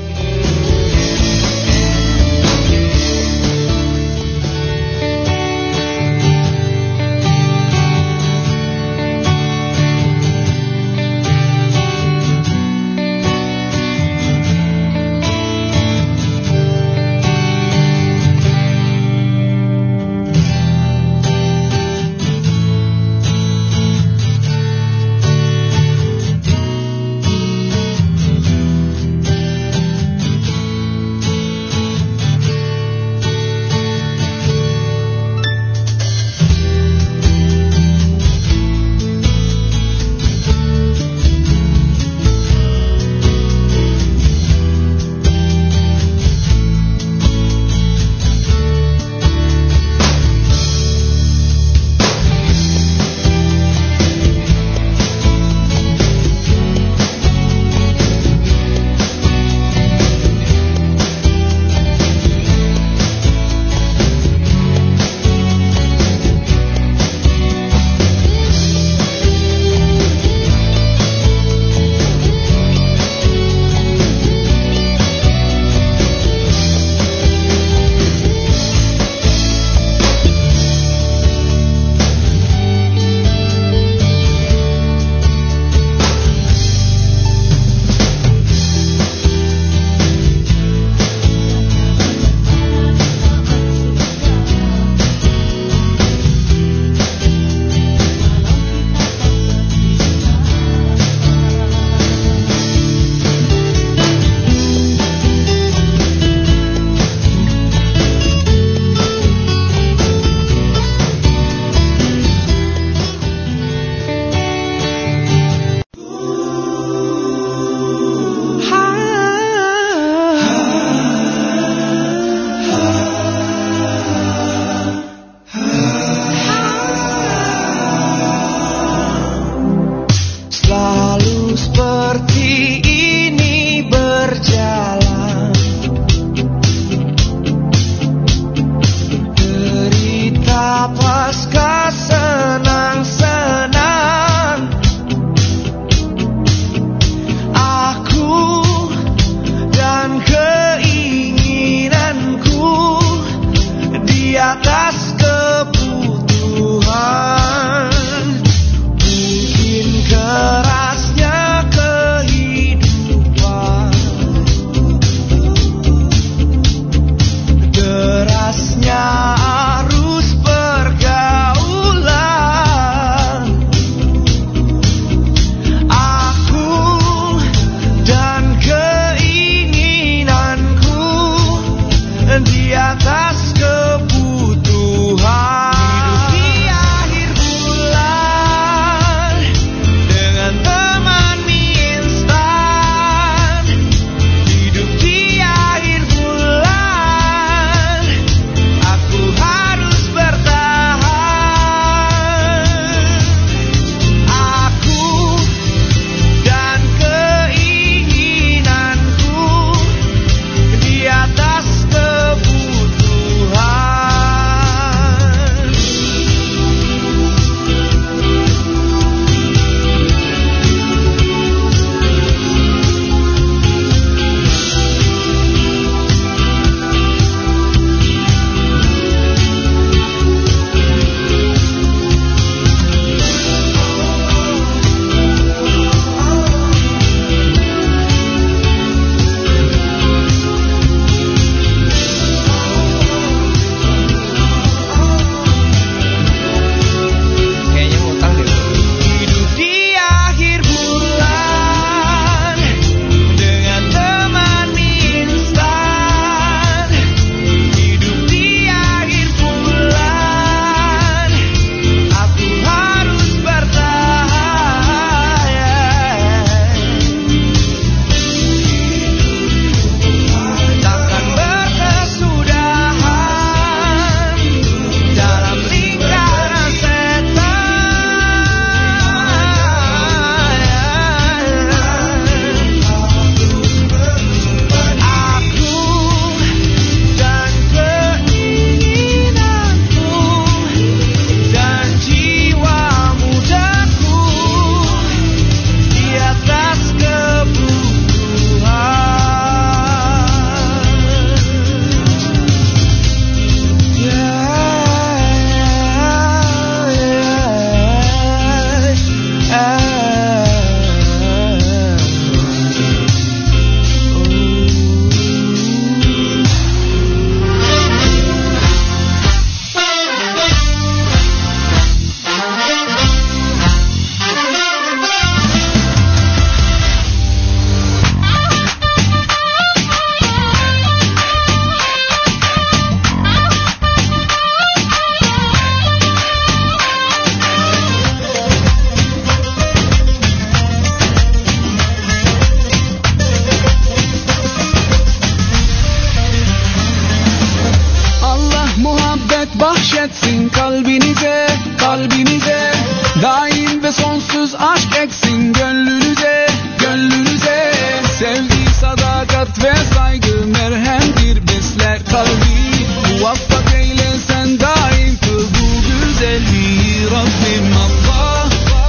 bahşetsin kalbinize, kalbinize. Daim ve sonsuz aşk eksin gönlünüze, gönlünüze. Sevgi, sadakat ve saygı merhemdir besler kalbi. Muvaffak eyle sen daim kıl bu güzelliği Rabbim Allah.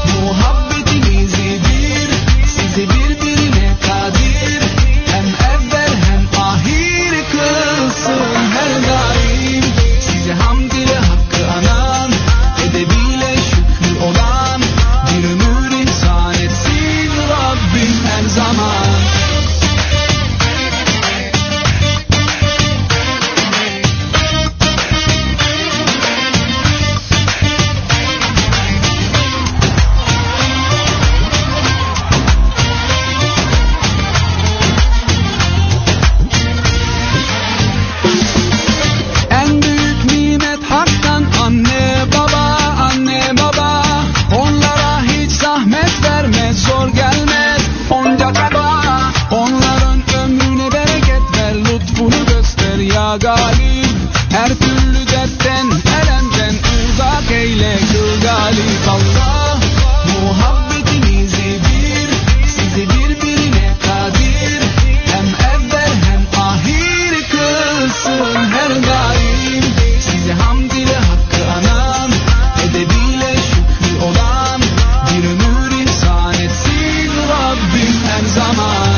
Muhabbetinizi bir, sizi birbirine kadir. Hem evvel hem ahir kılsın her daim. Size hamd ile hakkı anan, edebiyle şükrü olan, bir ömür ihsan etsin Rabbim her zaman. En büyük nimet haktan anne baba, anne baba. Onlara hiç zahmet vermez, zor gelmez onca kaba. Onların ömrüne bereket ver, lütfunu göster ya galip. Her türlü dertten, elemden uzak eyle kıl galip Allah. Muhabbetinizi bir, sizi birbirine kadir. Hem evvel hem ahir kılsın her daim. Size hamd ile hakkı anan, edebiyle şükrü olan, bir ömür ihsan etsin Rabbim her zaman.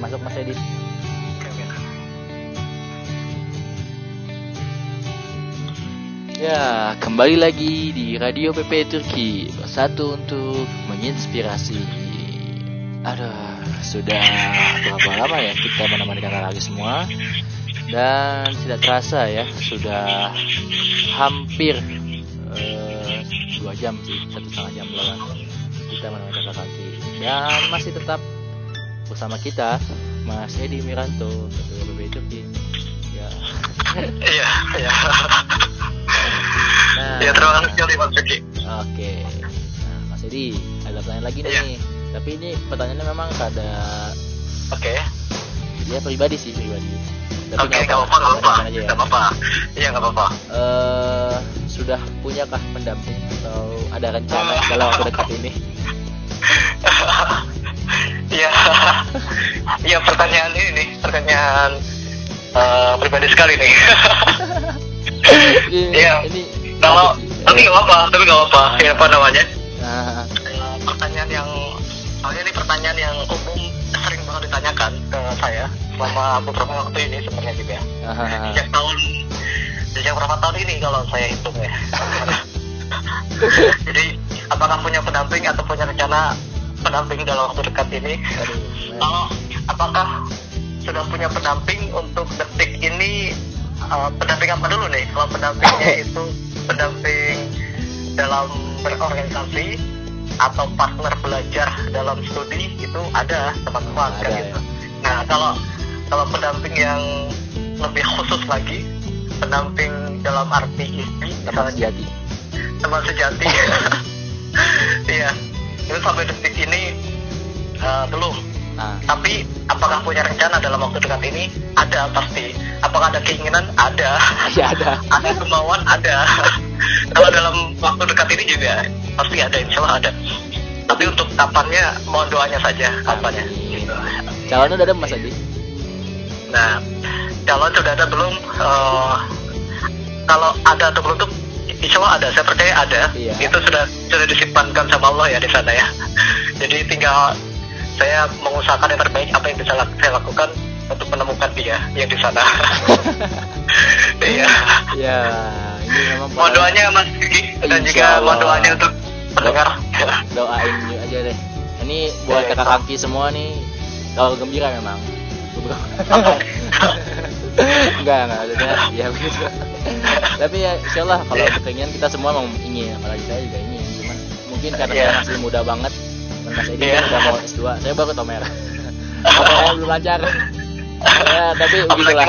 Masuk Mas Edi. Ya, kembali lagi di Radio PP Turki, bersatu untuk menginspirasi. Aduh, sudah berapa lama ya kita menemani kakak lagi semua. Dan tidak terasa ya, sudah hampir 2 jam sih, 1,5 jam lawan kita menemani kakak lagi. Dan masih tetap bersama kita Mas Edi Miranto dari PP Turki. Ya. Iya. Nah, ya terima kasih sekali Mas Vicky. Oke. Nah, Mas Edi, ada pertanyaan lagi nih. Iya. Tapi ini pertanyaannya memang rada Oke. Ya pribadi. Tapi Oke, nggak apa-apa. Iya, nggak apa-apa. Sudah punyakah pendamping atau ada rencana dalam waktu dekat ini? Iya, pertanyaan pribadi sekali nih. Iya. Kalau tapi nggak apa-apa. Ya, apa namanya? Pertanyaan yang umum sering banget ditanyakan ke saya selama beberapa waktu ini sebenarnya juga. Sejak berapa tahun ini kalau saya hitung ya. Jadi apakah punya pendamping atau punya rencana pendamping dalam waktu dekat ini? Kalau apakah sudah punya pendamping untuk detik ini? Pendamping apa dulu nih? Kalau pendampingnya itu pendamping dalam berorganisasi atau partner belajar dalam studi, itu ada teman-teman kan gitu. Ya. Nah, kalau pendamping yang lebih khusus lagi, pendamping dalam arti istri, teman sejati. Iya, itu sampai detik ini belum. Tapi apakah punya rencana dalam waktu dekat ini? Ada pasti. Apakah ada keinginan? Ada. Ya, ada. Ada kemauan? Ada. Kalau dalam waktu dekat ini juga pasti ada, insya Allah ada. Tapi untuk kapannya, mohon doanya saja kapannya. Calonnya udah ada Mas Adi? Nah, calon sudah ada belum? Kalau ada atau belum tuh, insya Allah ada. Saya percaya ada. Iya. Itu sudah disimpankan sama Allah ya di sana ya. Jadi tinggal saya mengusahakan yang terbaik apa yang bisa saya lakukan untuk menemukan dia yang di sana. Iya. Ya, ini memang mohon doanya Mas Vicky dan juga mohon doanya untuk pendengar. Doain aja deh. Ini buat kakak kaki semua nih, kalau gembira memang. Enggak maksudnya ya begitu. Tapi ya insyaallah kalau keinginan kita semua mau ingin, apalagi saya juga ingin. Cuma mungkin karena saya masih muda banget, Mas Edi udah mau S2, saya baru Tomer. Saya belum lancar. Ya, tapi begitulah.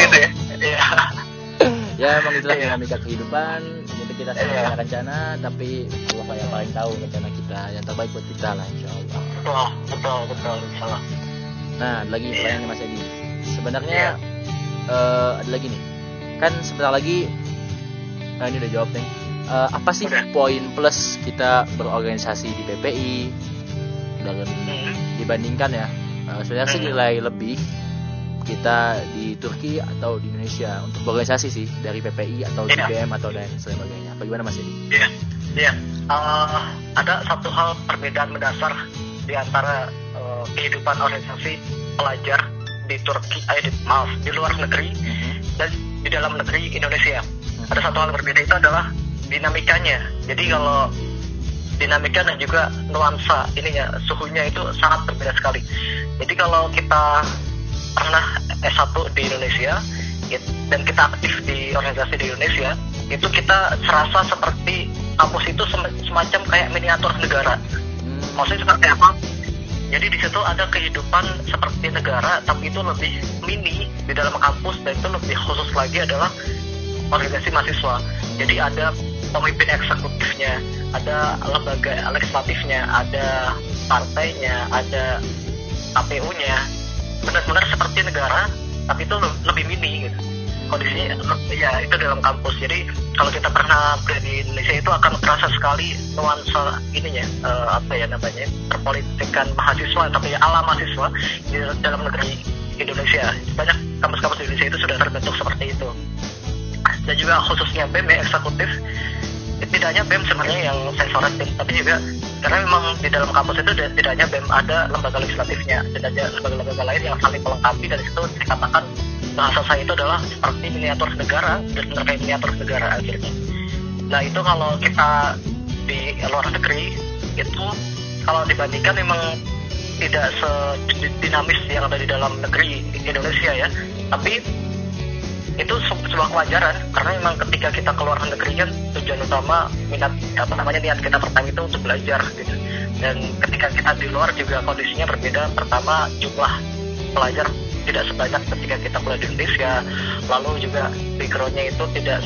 Ya, memang itulah dinamika kehidupan. Jadi kita semua punya rencana, tapi Allah yang paling tahu rencana kita yang terbaik buat kita lah, insyaallah. Betul, insyaallah. Nah, ada lagi pertanyaan Mas Edi. Sebenarnya ada lagi nih. Kan sebentar lagi ini udah jawab nih. Apa sih poin plus kita berorganisasi di PPI dalam dibandingkan ya? Sebenarnya sih nilai lebih kita di Turki atau di Indonesia untuk berorganisasi sih dari PPI atau di BM atau dan sebagainya. Bagaimana Mas Edi? Iya. Ada satu hal perbedaan mendasar di antara kehidupan organisasi pelajar di Turki, di luar negeri dan di dalam negeri Indonesia. Ada satu hal yang berbeda, itu adalah dinamikanya. Jadi kalau dinamika dan juga nuansa ininya, suhunya itu sangat berbeda sekali. Jadi kalau kita pernah S1 di Indonesia dan kita aktif di organisasi di Indonesia, itu kita serasa seperti kampus itu semacam kayak miniatur negara. Maksudnya seperti apa? Jadi di situ ada kehidupan seperti negara, tapi itu lebih mini di dalam kampus, dan itu lebih khusus lagi adalah organisasi mahasiswa. Jadi ada pemimpin eksekutifnya, ada lembaga legislatifnya, ada partainya, ada KPU-nya. Benar-benar seperti negara, tapi itu lebih mini gitu. Kondisinya ya itu dalam kampus. Jadi kalau kita pernah di Indonesia itu akan terasa sekali nuansa ininya, perpolitikan mahasiswa, tapi ala mahasiswa di dalam negeri Indonesia. Banyak kampus-kampus di Indonesia itu sudah terbentuk seperti itu. Dan juga khususnya BEM eksekutif, tidak hanya BEM sebenarnya yang saya sorotin, tapi juga Karena memang di dalam kampus itu tidak hanya BEM, ada lembaga legislatifnya dan ada lembaga-lembaga lain yang saling melengkapi. Dari situ dikatakan bahasa saya itu adalah seperti miniatur negara dan terkait miniatur negara akhirnya. Nah itu kalau kita di luar negeri itu kalau dibandingkan memang tidak sedinamis yang ada di dalam negeri Indonesia ya, tapi itu sebuah kewajaran karena memang ketika kita keluar negeri kan tujuan utama niat kita pertama itu untuk belajar gitu. Dan ketika kita di luar juga kondisinya berbeda. Pertama jumlah pelajar tidak sebanyak ketika kita kuliah di Indonesia, lalu juga backgroundnya itu tidak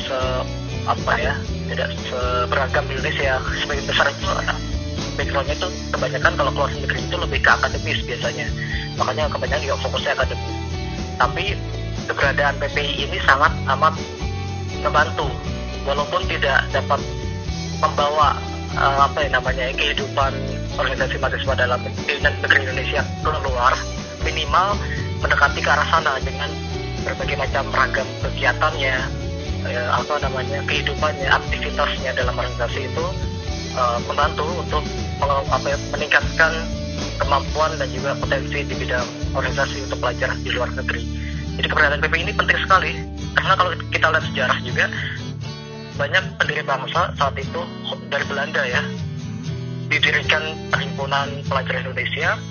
seberagam di Indonesia. Sebagian besar itu backgroundnya itu kebanyakan kalau keluar negeri itu lebih ke akademis biasanya, makanya kebanyakan juga fokusnya akademis. Tapi keberadaan PPI ini sangat amat membantu, walaupun tidak dapat membawa kehidupan organisasi mahasiswa dalam negeri Indonesia keluar, minimal mendekati ke arah sana dengan berbagai macam ragam kegiatannya, kehidupannya, aktivitasnya dalam organisasi itu membantu untuk meningkatkan kemampuan dan juga potensi di bidang organisasi untuk pelajar di luar negeri. Jadi keberadaan PPI ini penting sekali karena kalau kita lihat sejarah juga banyak pendiri bangsa saat itu dari Belanda ya, didirikan Perhimpunan Pelajar Indonesia.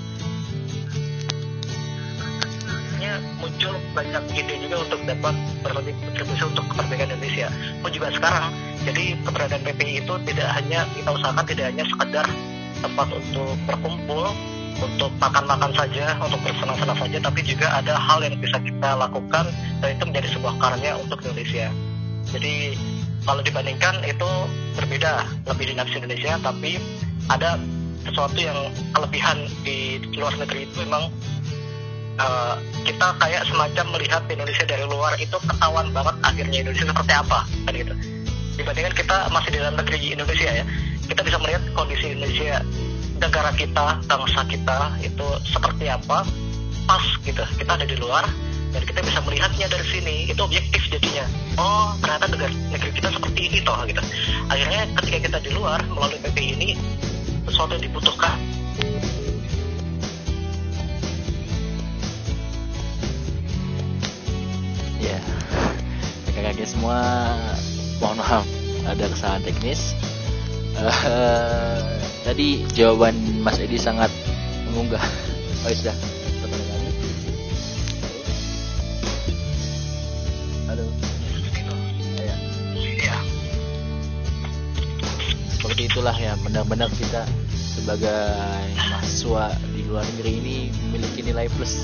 Muncul banyak ide juga untuk dapat berkontribusi untuk kemerdekaan Indonesia pun juga sekarang. Jadi keberadaan PPI itu tidak hanya kita usahakan tidak hanya sekedar tempat untuk berkumpul, untuk makan-makan saja, untuk bersenang-senang saja, tapi juga ada hal yang bisa kita lakukan dan itu menjadi sebuah karya untuk Indonesia. Jadi kalau dibandingkan itu berbeda, lebih dinamis Indonesia, tapi ada sesuatu yang kelebihan di luar negeri itu memang kita kayak semacam melihat Indonesia dari luar itu ketahuan banget akhirnya Indonesia seperti apa kan gitu. Dibandingkan kita masih di dalam negeri Indonesia ya, kita bisa melihat kondisi Indonesia, negara kita, bangsa kita itu seperti apa pas gitu. Kita ada di luar dan kita bisa melihatnya dari sini, itu objektif jadinya. Oh ternyata negeri kita seperti ini toh gitu. Akhirnya ketika kita di luar melalui PPI ini sesuatu yang dibutuhkan. Ya, kakak-kakak semua mohon maaf ada kesalahan teknis. Tadi jawaban Mas Edi sangat mengunggah. Oh sudah, teman kami. Halo. Ya. Seperti itulah ya, benar-benar kita sebagai mahasiswa di luar negeri ini memiliki nilai plus.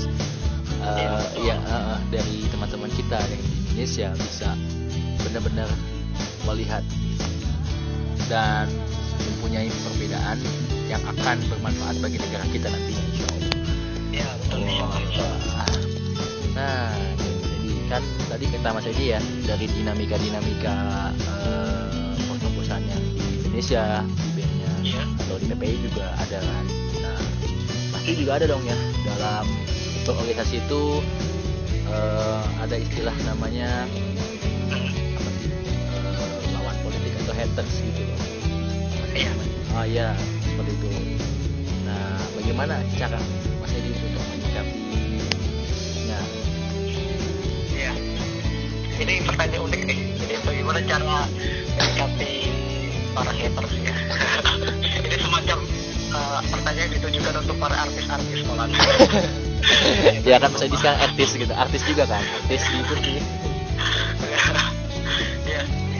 Dari teman-teman kita yang di Indonesia bisa benar-benar melihat dan mempunyai perbedaan yang akan bermanfaat bagi negara kita nantinya, insya Allah. Ya betul. Nah, jadi kan tadi kata Mas Edi ya, dari dinamika perkampusan yang di Indonesia, di BEM-nya atau di PPI juga ada kan. Nah, pasti juga ada dong ya dalam organisasi itu ada istilah namanya lawan politik atau haters gitu loh. Iya. Oh iya, seperti itu. Nah, bagaimana cara Mas Edi untuk menyikapinya? Iya. Ini pertanyaan unik nih. Jadi bagaimana cara menyikapi para haters ya? Ini semacam pertanyaan ditujukan untuk para artis-artis malah. Ya kan Mas Edi sekarang artis juga kan, artis di Turki. Ya,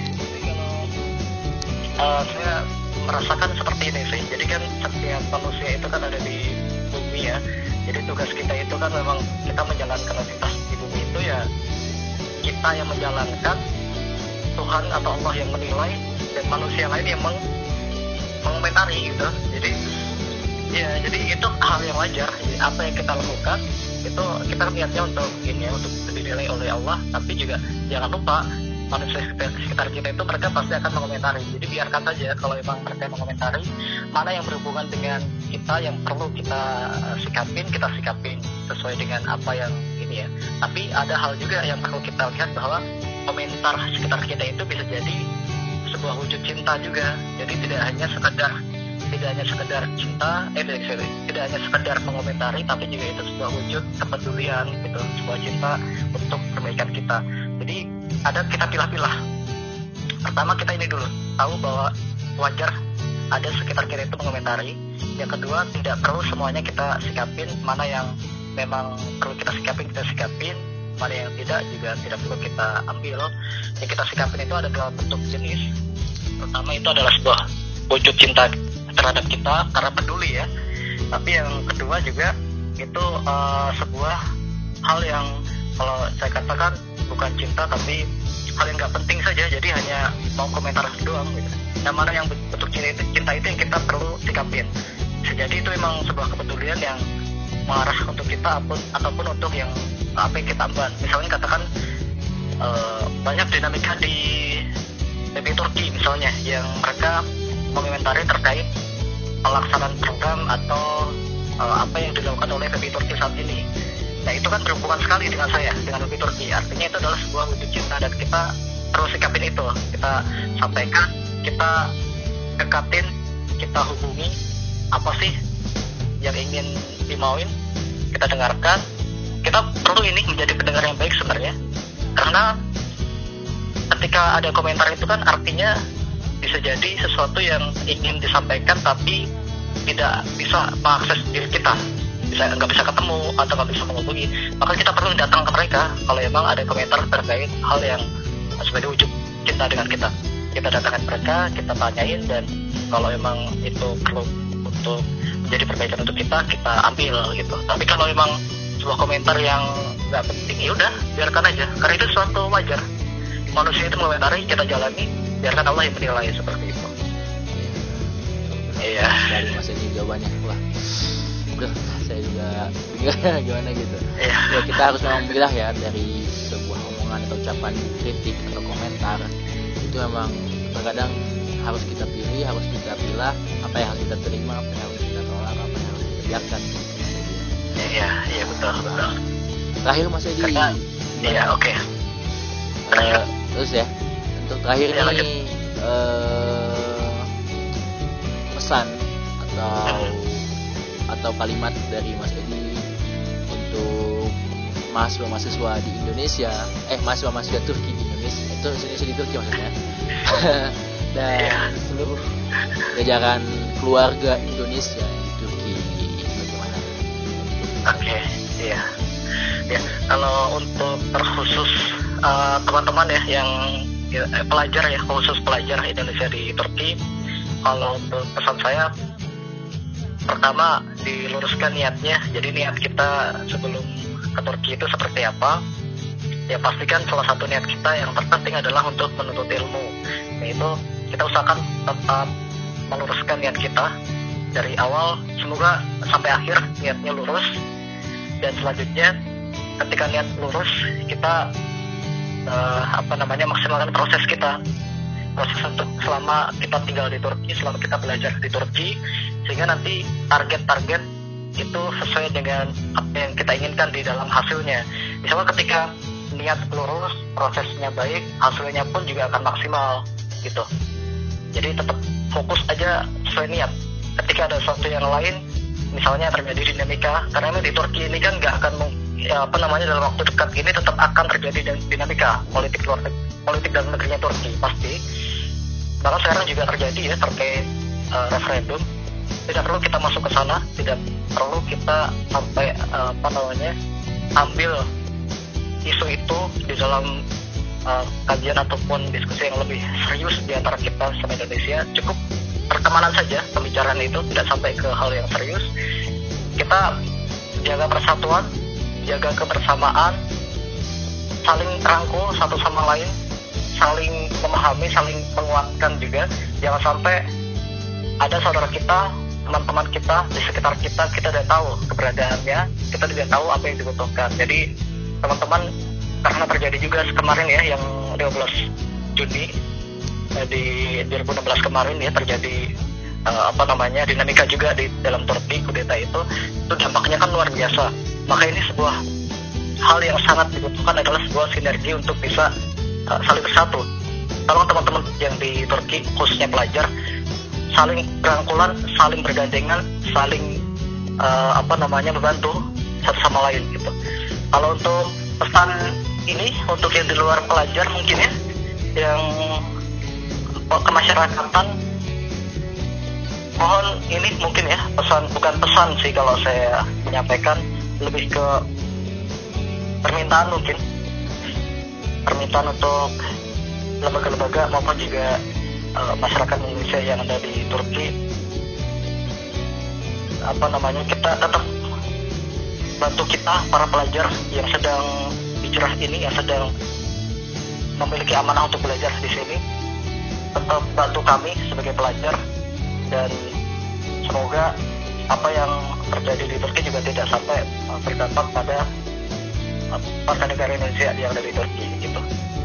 kalau saya merasakan seperti ini sih. Jadi kan setiap manusia itu kan ada di bumi ya. Jadi tugas kita itu kan memang kita menjalankan aktivitas di bumi itu ya, kita yang menjalankan, Tuhan atau Allah yang menilai, dan manusia lain yang mengomentari gitu. Jadi itu hal yang wajar. Jadi, apa yang kita lakukan itu kita niatnya untuk dinilai oleh Allah, tapi juga jangan lupa manusia sekitar kita itu mereka pasti akan mengomentari. Jadi biarkan saja kalau memang mereka mengomentari, mana yang berhubungan dengan kita yang perlu kita sikapin sesuai dengan apa yang ini ya. Tapi ada hal juga yang perlu kita lihat bahwa komentar sekitar kita itu bisa jadi sebuah wujud cinta juga. Jadi tidak hanya sekedar tidak hanya sekedar cinta, tidak hanya sekedar mengomentari, tapi juga itu sebuah wujud kepedulian gitu, sebuah cinta untuk kebaikan kita. Jadi kita pilah-pilah. Pertama kita ini dulu tahu bahwa wajar ada sekitar kita itu mengomentari. Yang kedua, tidak perlu semuanya kita sikapin, mana yang memang perlu kita sikapin, mana yang tidak juga tidak perlu kita ambil. Yang kita sikapin itu ada dua bentuk jenis. Pertama itu adalah sebuah wujud cinta terhadap kita karena peduli ya. Tapi yang kedua juga itu sebuah hal yang kalau saya katakan bukan cinta tapi hal yang nggak penting saja, jadi hanya mau komentar doang gitu. Yang mana yang bentuk cinta itu yang kita perlu sikapin. Jadi itu memang sebuah kepedulian yang mengarah untuk kita ataupun untuk yang apa yang kita amban. Misalnya katakan banyak dinamika di PPI Turki misalnya yang mereka mengomentari terkait pelaksanaan program atau apa yang dilakukan oleh PPI Turki saat ini. Nah itu kan berhubungan sekali dengan saya, dengan PPI Turki. Artinya itu adalah sebuah wujud cinta dan kita perlu sikapin itu. Kita sampaikan, kita dekatin, kita hubungi apa sih yang ingin dimauin, kita dengarkan. Kita perlu ini menjadi pendengar yang baik sebenarnya, karena ketika ada komentar itu kan artinya bisa jadi sesuatu yang ingin disampaikan tapi tidak bisa mengakses diri kita, nggak bisa ketemu atau nggak bisa menghubungi. Maka kita perlu datang ke mereka kalau memang ada komentar terkait hal yang sebagai wujud cinta dengan kita. Kita datangkan mereka, kita tanyain, dan kalau memang itu perlu untuk menjadi perbaikan untuk kita ambil gitu. Tapi kalau memang sebuah komentar yang nggak penting, ya udah biarkan aja, karena itu suatu wajar. Manusia itu mengomentari, kita jalani, biarkan Allah yang menilai seperti itu. Iya. Dari Mas Edi jawabannya, wah, udah saya juga gimana gitu. Iya. Ya kita harus memang milah ya dari sebuah omongan atau ucapan kritik atau komentar itu memang terkadang harus kita pilih, harus kita pilih apa yang harus kita terima, apa yang harus kita tolak, apa yang harus kita biarkan. Iya betul. Terakhir Mas Edi. Iya oke. Terus ya, untuk terakhir ya, ini pesan atau kalimat dari Mas Edi untuk mahasiswa di Indonesia, mahasiswa Turki di Indonesia, itu Indonesia di Turki maksudnya, dan seluruh jajaran keluarga Indonesia di Turki, bagaimana? Oke, iya. Ya, kalau untuk terkhusus teman-teman ya yang pelajar ya, khusus pelajar Indonesia di Turki, kalau untuk pesan saya pertama diluruskan niatnya. Jadi niat kita sebelum ke Turki itu seperti apa? Ya pastikan salah satu niat kita yang terpenting adalah untuk menuntut ilmu. Yaitu kita usahakan tetap meluruskan niat kita dari awal, semoga sampai akhir niatnya lurus. Dan selanjutnya ketika niat lurus, kita maksimalkan proses untuk selama kita tinggal di Turki, selama kita belajar di Turki, sehingga nanti target-target itu sesuai dengan apa yang kita inginkan di dalam hasilnya. Misalnya ketika niat lurus, prosesnya baik, hasilnya pun juga akan maksimal gitu. Jadi tetap fokus aja sesuai niat. Ketika ada sesuatu yang lain, misalnya terjadi dinamika, karena di Turki ini kan nggak akan dalam waktu dekat ini tetap akan terjadi dinamika politik dalam negerinya Turki pasti. Bahkan sekarang juga terjadi ya terkait referendum. Tidak perlu kita masuk ke sana, tidak perlu kita sampai ambil isu itu di dalam kajian ataupun diskusi yang lebih serius di antara kita sama Indonesia. Cukup pertemanan saja pembicaraan itu, tidak sampai ke hal yang serius. Kita jaga persatuan, jaga kebersamaan, saling rangkul satu sama lain, saling memahami, saling menguatkan juga. Jangan sampai ada saudara kita, teman-teman kita di sekitar kita tidak tahu keberadaannya, kita tidak tahu apa yang dibutuhkan. Jadi teman-teman, karena terjadi juga kemarin ya yang 12 Juni di 2016 kemarin ya terjadi dinamika juga di dalam Turki, kudeta itu dampaknya kan luar biasa. Maka ini sebuah hal yang sangat dibutuhkan adalah sebuah sinergi untuk bisa saling bersatu. Tolong teman-teman yang di Turki khususnya pelajar, saling berangkulan, saling bergandengan, saling membantu satu sama lain gitu. Kalau untuk pesan ini untuk yang di luar pelajar mungkin ya, yang kemasyarakatan, mohon ini mungkin ya pesan, bukan pesan sih kalau saya menyampaikan, lebih ke permintaan mungkin, permintaan untuk lembaga-lembaga maupun juga masyarakat Indonesia yang ada di Turki, kita tetap bantu kita para pelajar yang sedang hijrah ini, yang sedang memiliki amanah untuk belajar di sini, tetap bantu kami sebagai pelajar, dan semoga apa yang terjadi di Turki juga tidak sampai berdampak pada warga negara Indonesia yang ada di Turki gitu.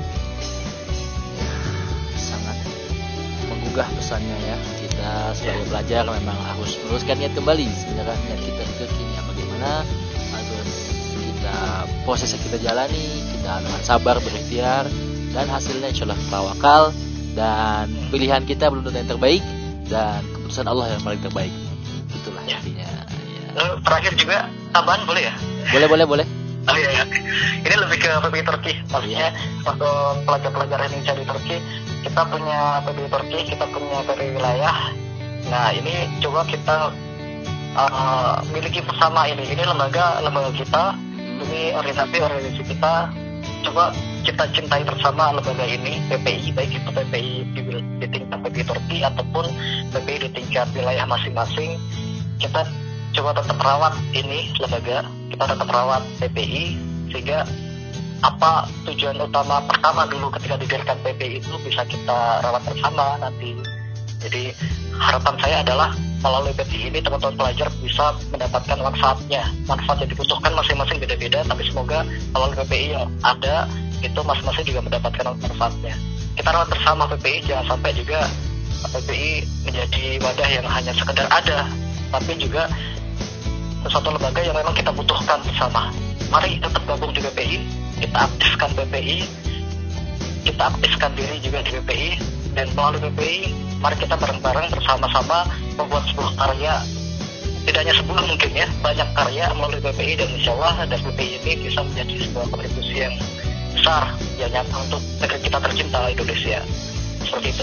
Sangat menggugah pesannya ya. Kita sebagai pelajar memang harus meluruskan niat kembali sebenarnya, niat kita di Turki ini bagaimana, harus kita proses yang kita jalani, kita dengan sabar berikhtiar, dan hasilnya insyaallah tawakal, dan pilihan kita belum tentu yang terbaik, dan keputusan Allah yang paling terbaik. Itulah intinya ya. Terakhir juga tambahan boleh ya? Boleh. Oh iya. Ini lebih ke PBI Turki, maksudnya untuk pelajar-pelajar yang di Turki, kita punya PBI Turki, kita punya PBI wilayah. Nah ini coba kita miliki bersama ini lembaga kita, ini organisasi kita, coba kita cintai bersama lembaga ini, PPI, baik itu PPI di tingkat PPI Turki ataupun PPI di tingkat wilayah masing-masing. Kita coba tetap rawat ini lembaga, kita tetap rawat PPI, sehingga apa tujuan utama pertama dulu ketika didirikan PPI itu bisa kita rawat bersama nanti. Jadi harapan saya adalah melalui PPI ini teman-teman pelajar bisa mendapatkan manfaatnya. Manfaat yang dibutuhkan masing-masing beda-beda, tapi semoga melalui PPI yang ada itu masing-masing juga mendapatkan manfaatnya. Kita rawat bersama PPI, jangan sampai juga PPI menjadi wadah yang hanya sekedar ada, tapi juga suatu lembaga yang memang kita butuhkan bersama. Mari tetap gabung di PPI, kita aktifkan PPI, kita aktifkan diri juga di PPI, dan melalui PPI mari kita bareng-bareng bersama-sama membuat sebuah karya, tidak hanya sebuah mungkin ya, banyak karya melalui PPI, dan insya Allah dari PPI ini bisa menjadi sebuah kontribusi yang besar yang nyata untuk negeri kita tercinta Indonesia. Seperti itu.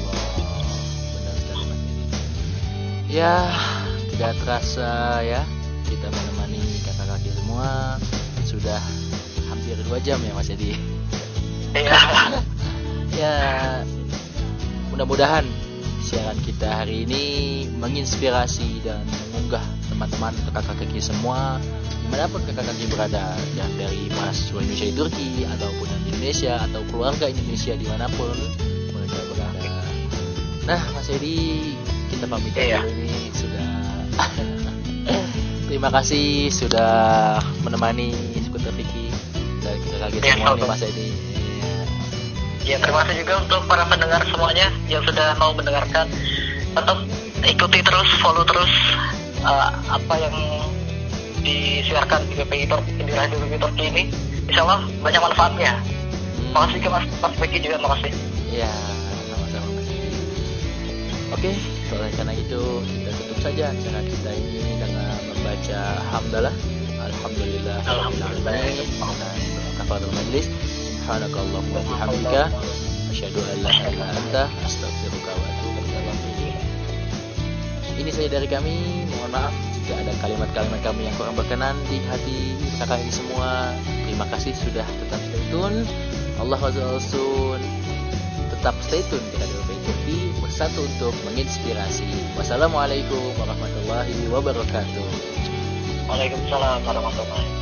Ya, tidak terasa ya, kita menemani kakak-kakak semua sudah hampir 2 jam ya Mas Edi. Iya. Ya, mudah-mudahan siaran kita hari ini menginspirasi dan mengunggah teman-teman kakak-kakak semua dimanapun kakak-kakak berada, dan dari mahasiswa Indonesia di Turki ataupun di Indonesia atau keluarga Indonesia dimanapun mereka berada. Nah Mas Edi, kita pamit dulu ini sudah. Terima kasih sudah menemani Skuter Vicky dan kita lagi semua nih Mas Edi. Ya, terima kasih juga untuk para pendengar semuanya yang sudah mau mendengarkan. Tetap ikuti terus, follow terus apa yang disiarkan di PPI Turki, di radio PPI Turki ini. Insya Allah banyak manfaatnya. Makasih ke Mas Vicky juga, makasih. Ya, sama-sama Mas Edi. Oke, oleh karena itu kita tutup saja acara kita ini dengan membaca hamdalah, alhamdulillah, alhamdulillah, kafaratul majlis, subhanakallahumma wa bihamdika, asyhadu an la ilaha illa anta, astaghfiruka wa atubu ilaik. Ini saja dari kami. Mohon maaf jika ada kalimat-kalimat kami yang kurang berkenan di hati kakak ini semua. Terima kasih sudah tetap stay tune. Allah Rasul, tetap stay tune di Radio PPI, bersatu untuk menginspirasi. Wassalamualaikum warahmatullahi wabarakatuh. Waalaikumsalam warahmatullahi wabarakatuh.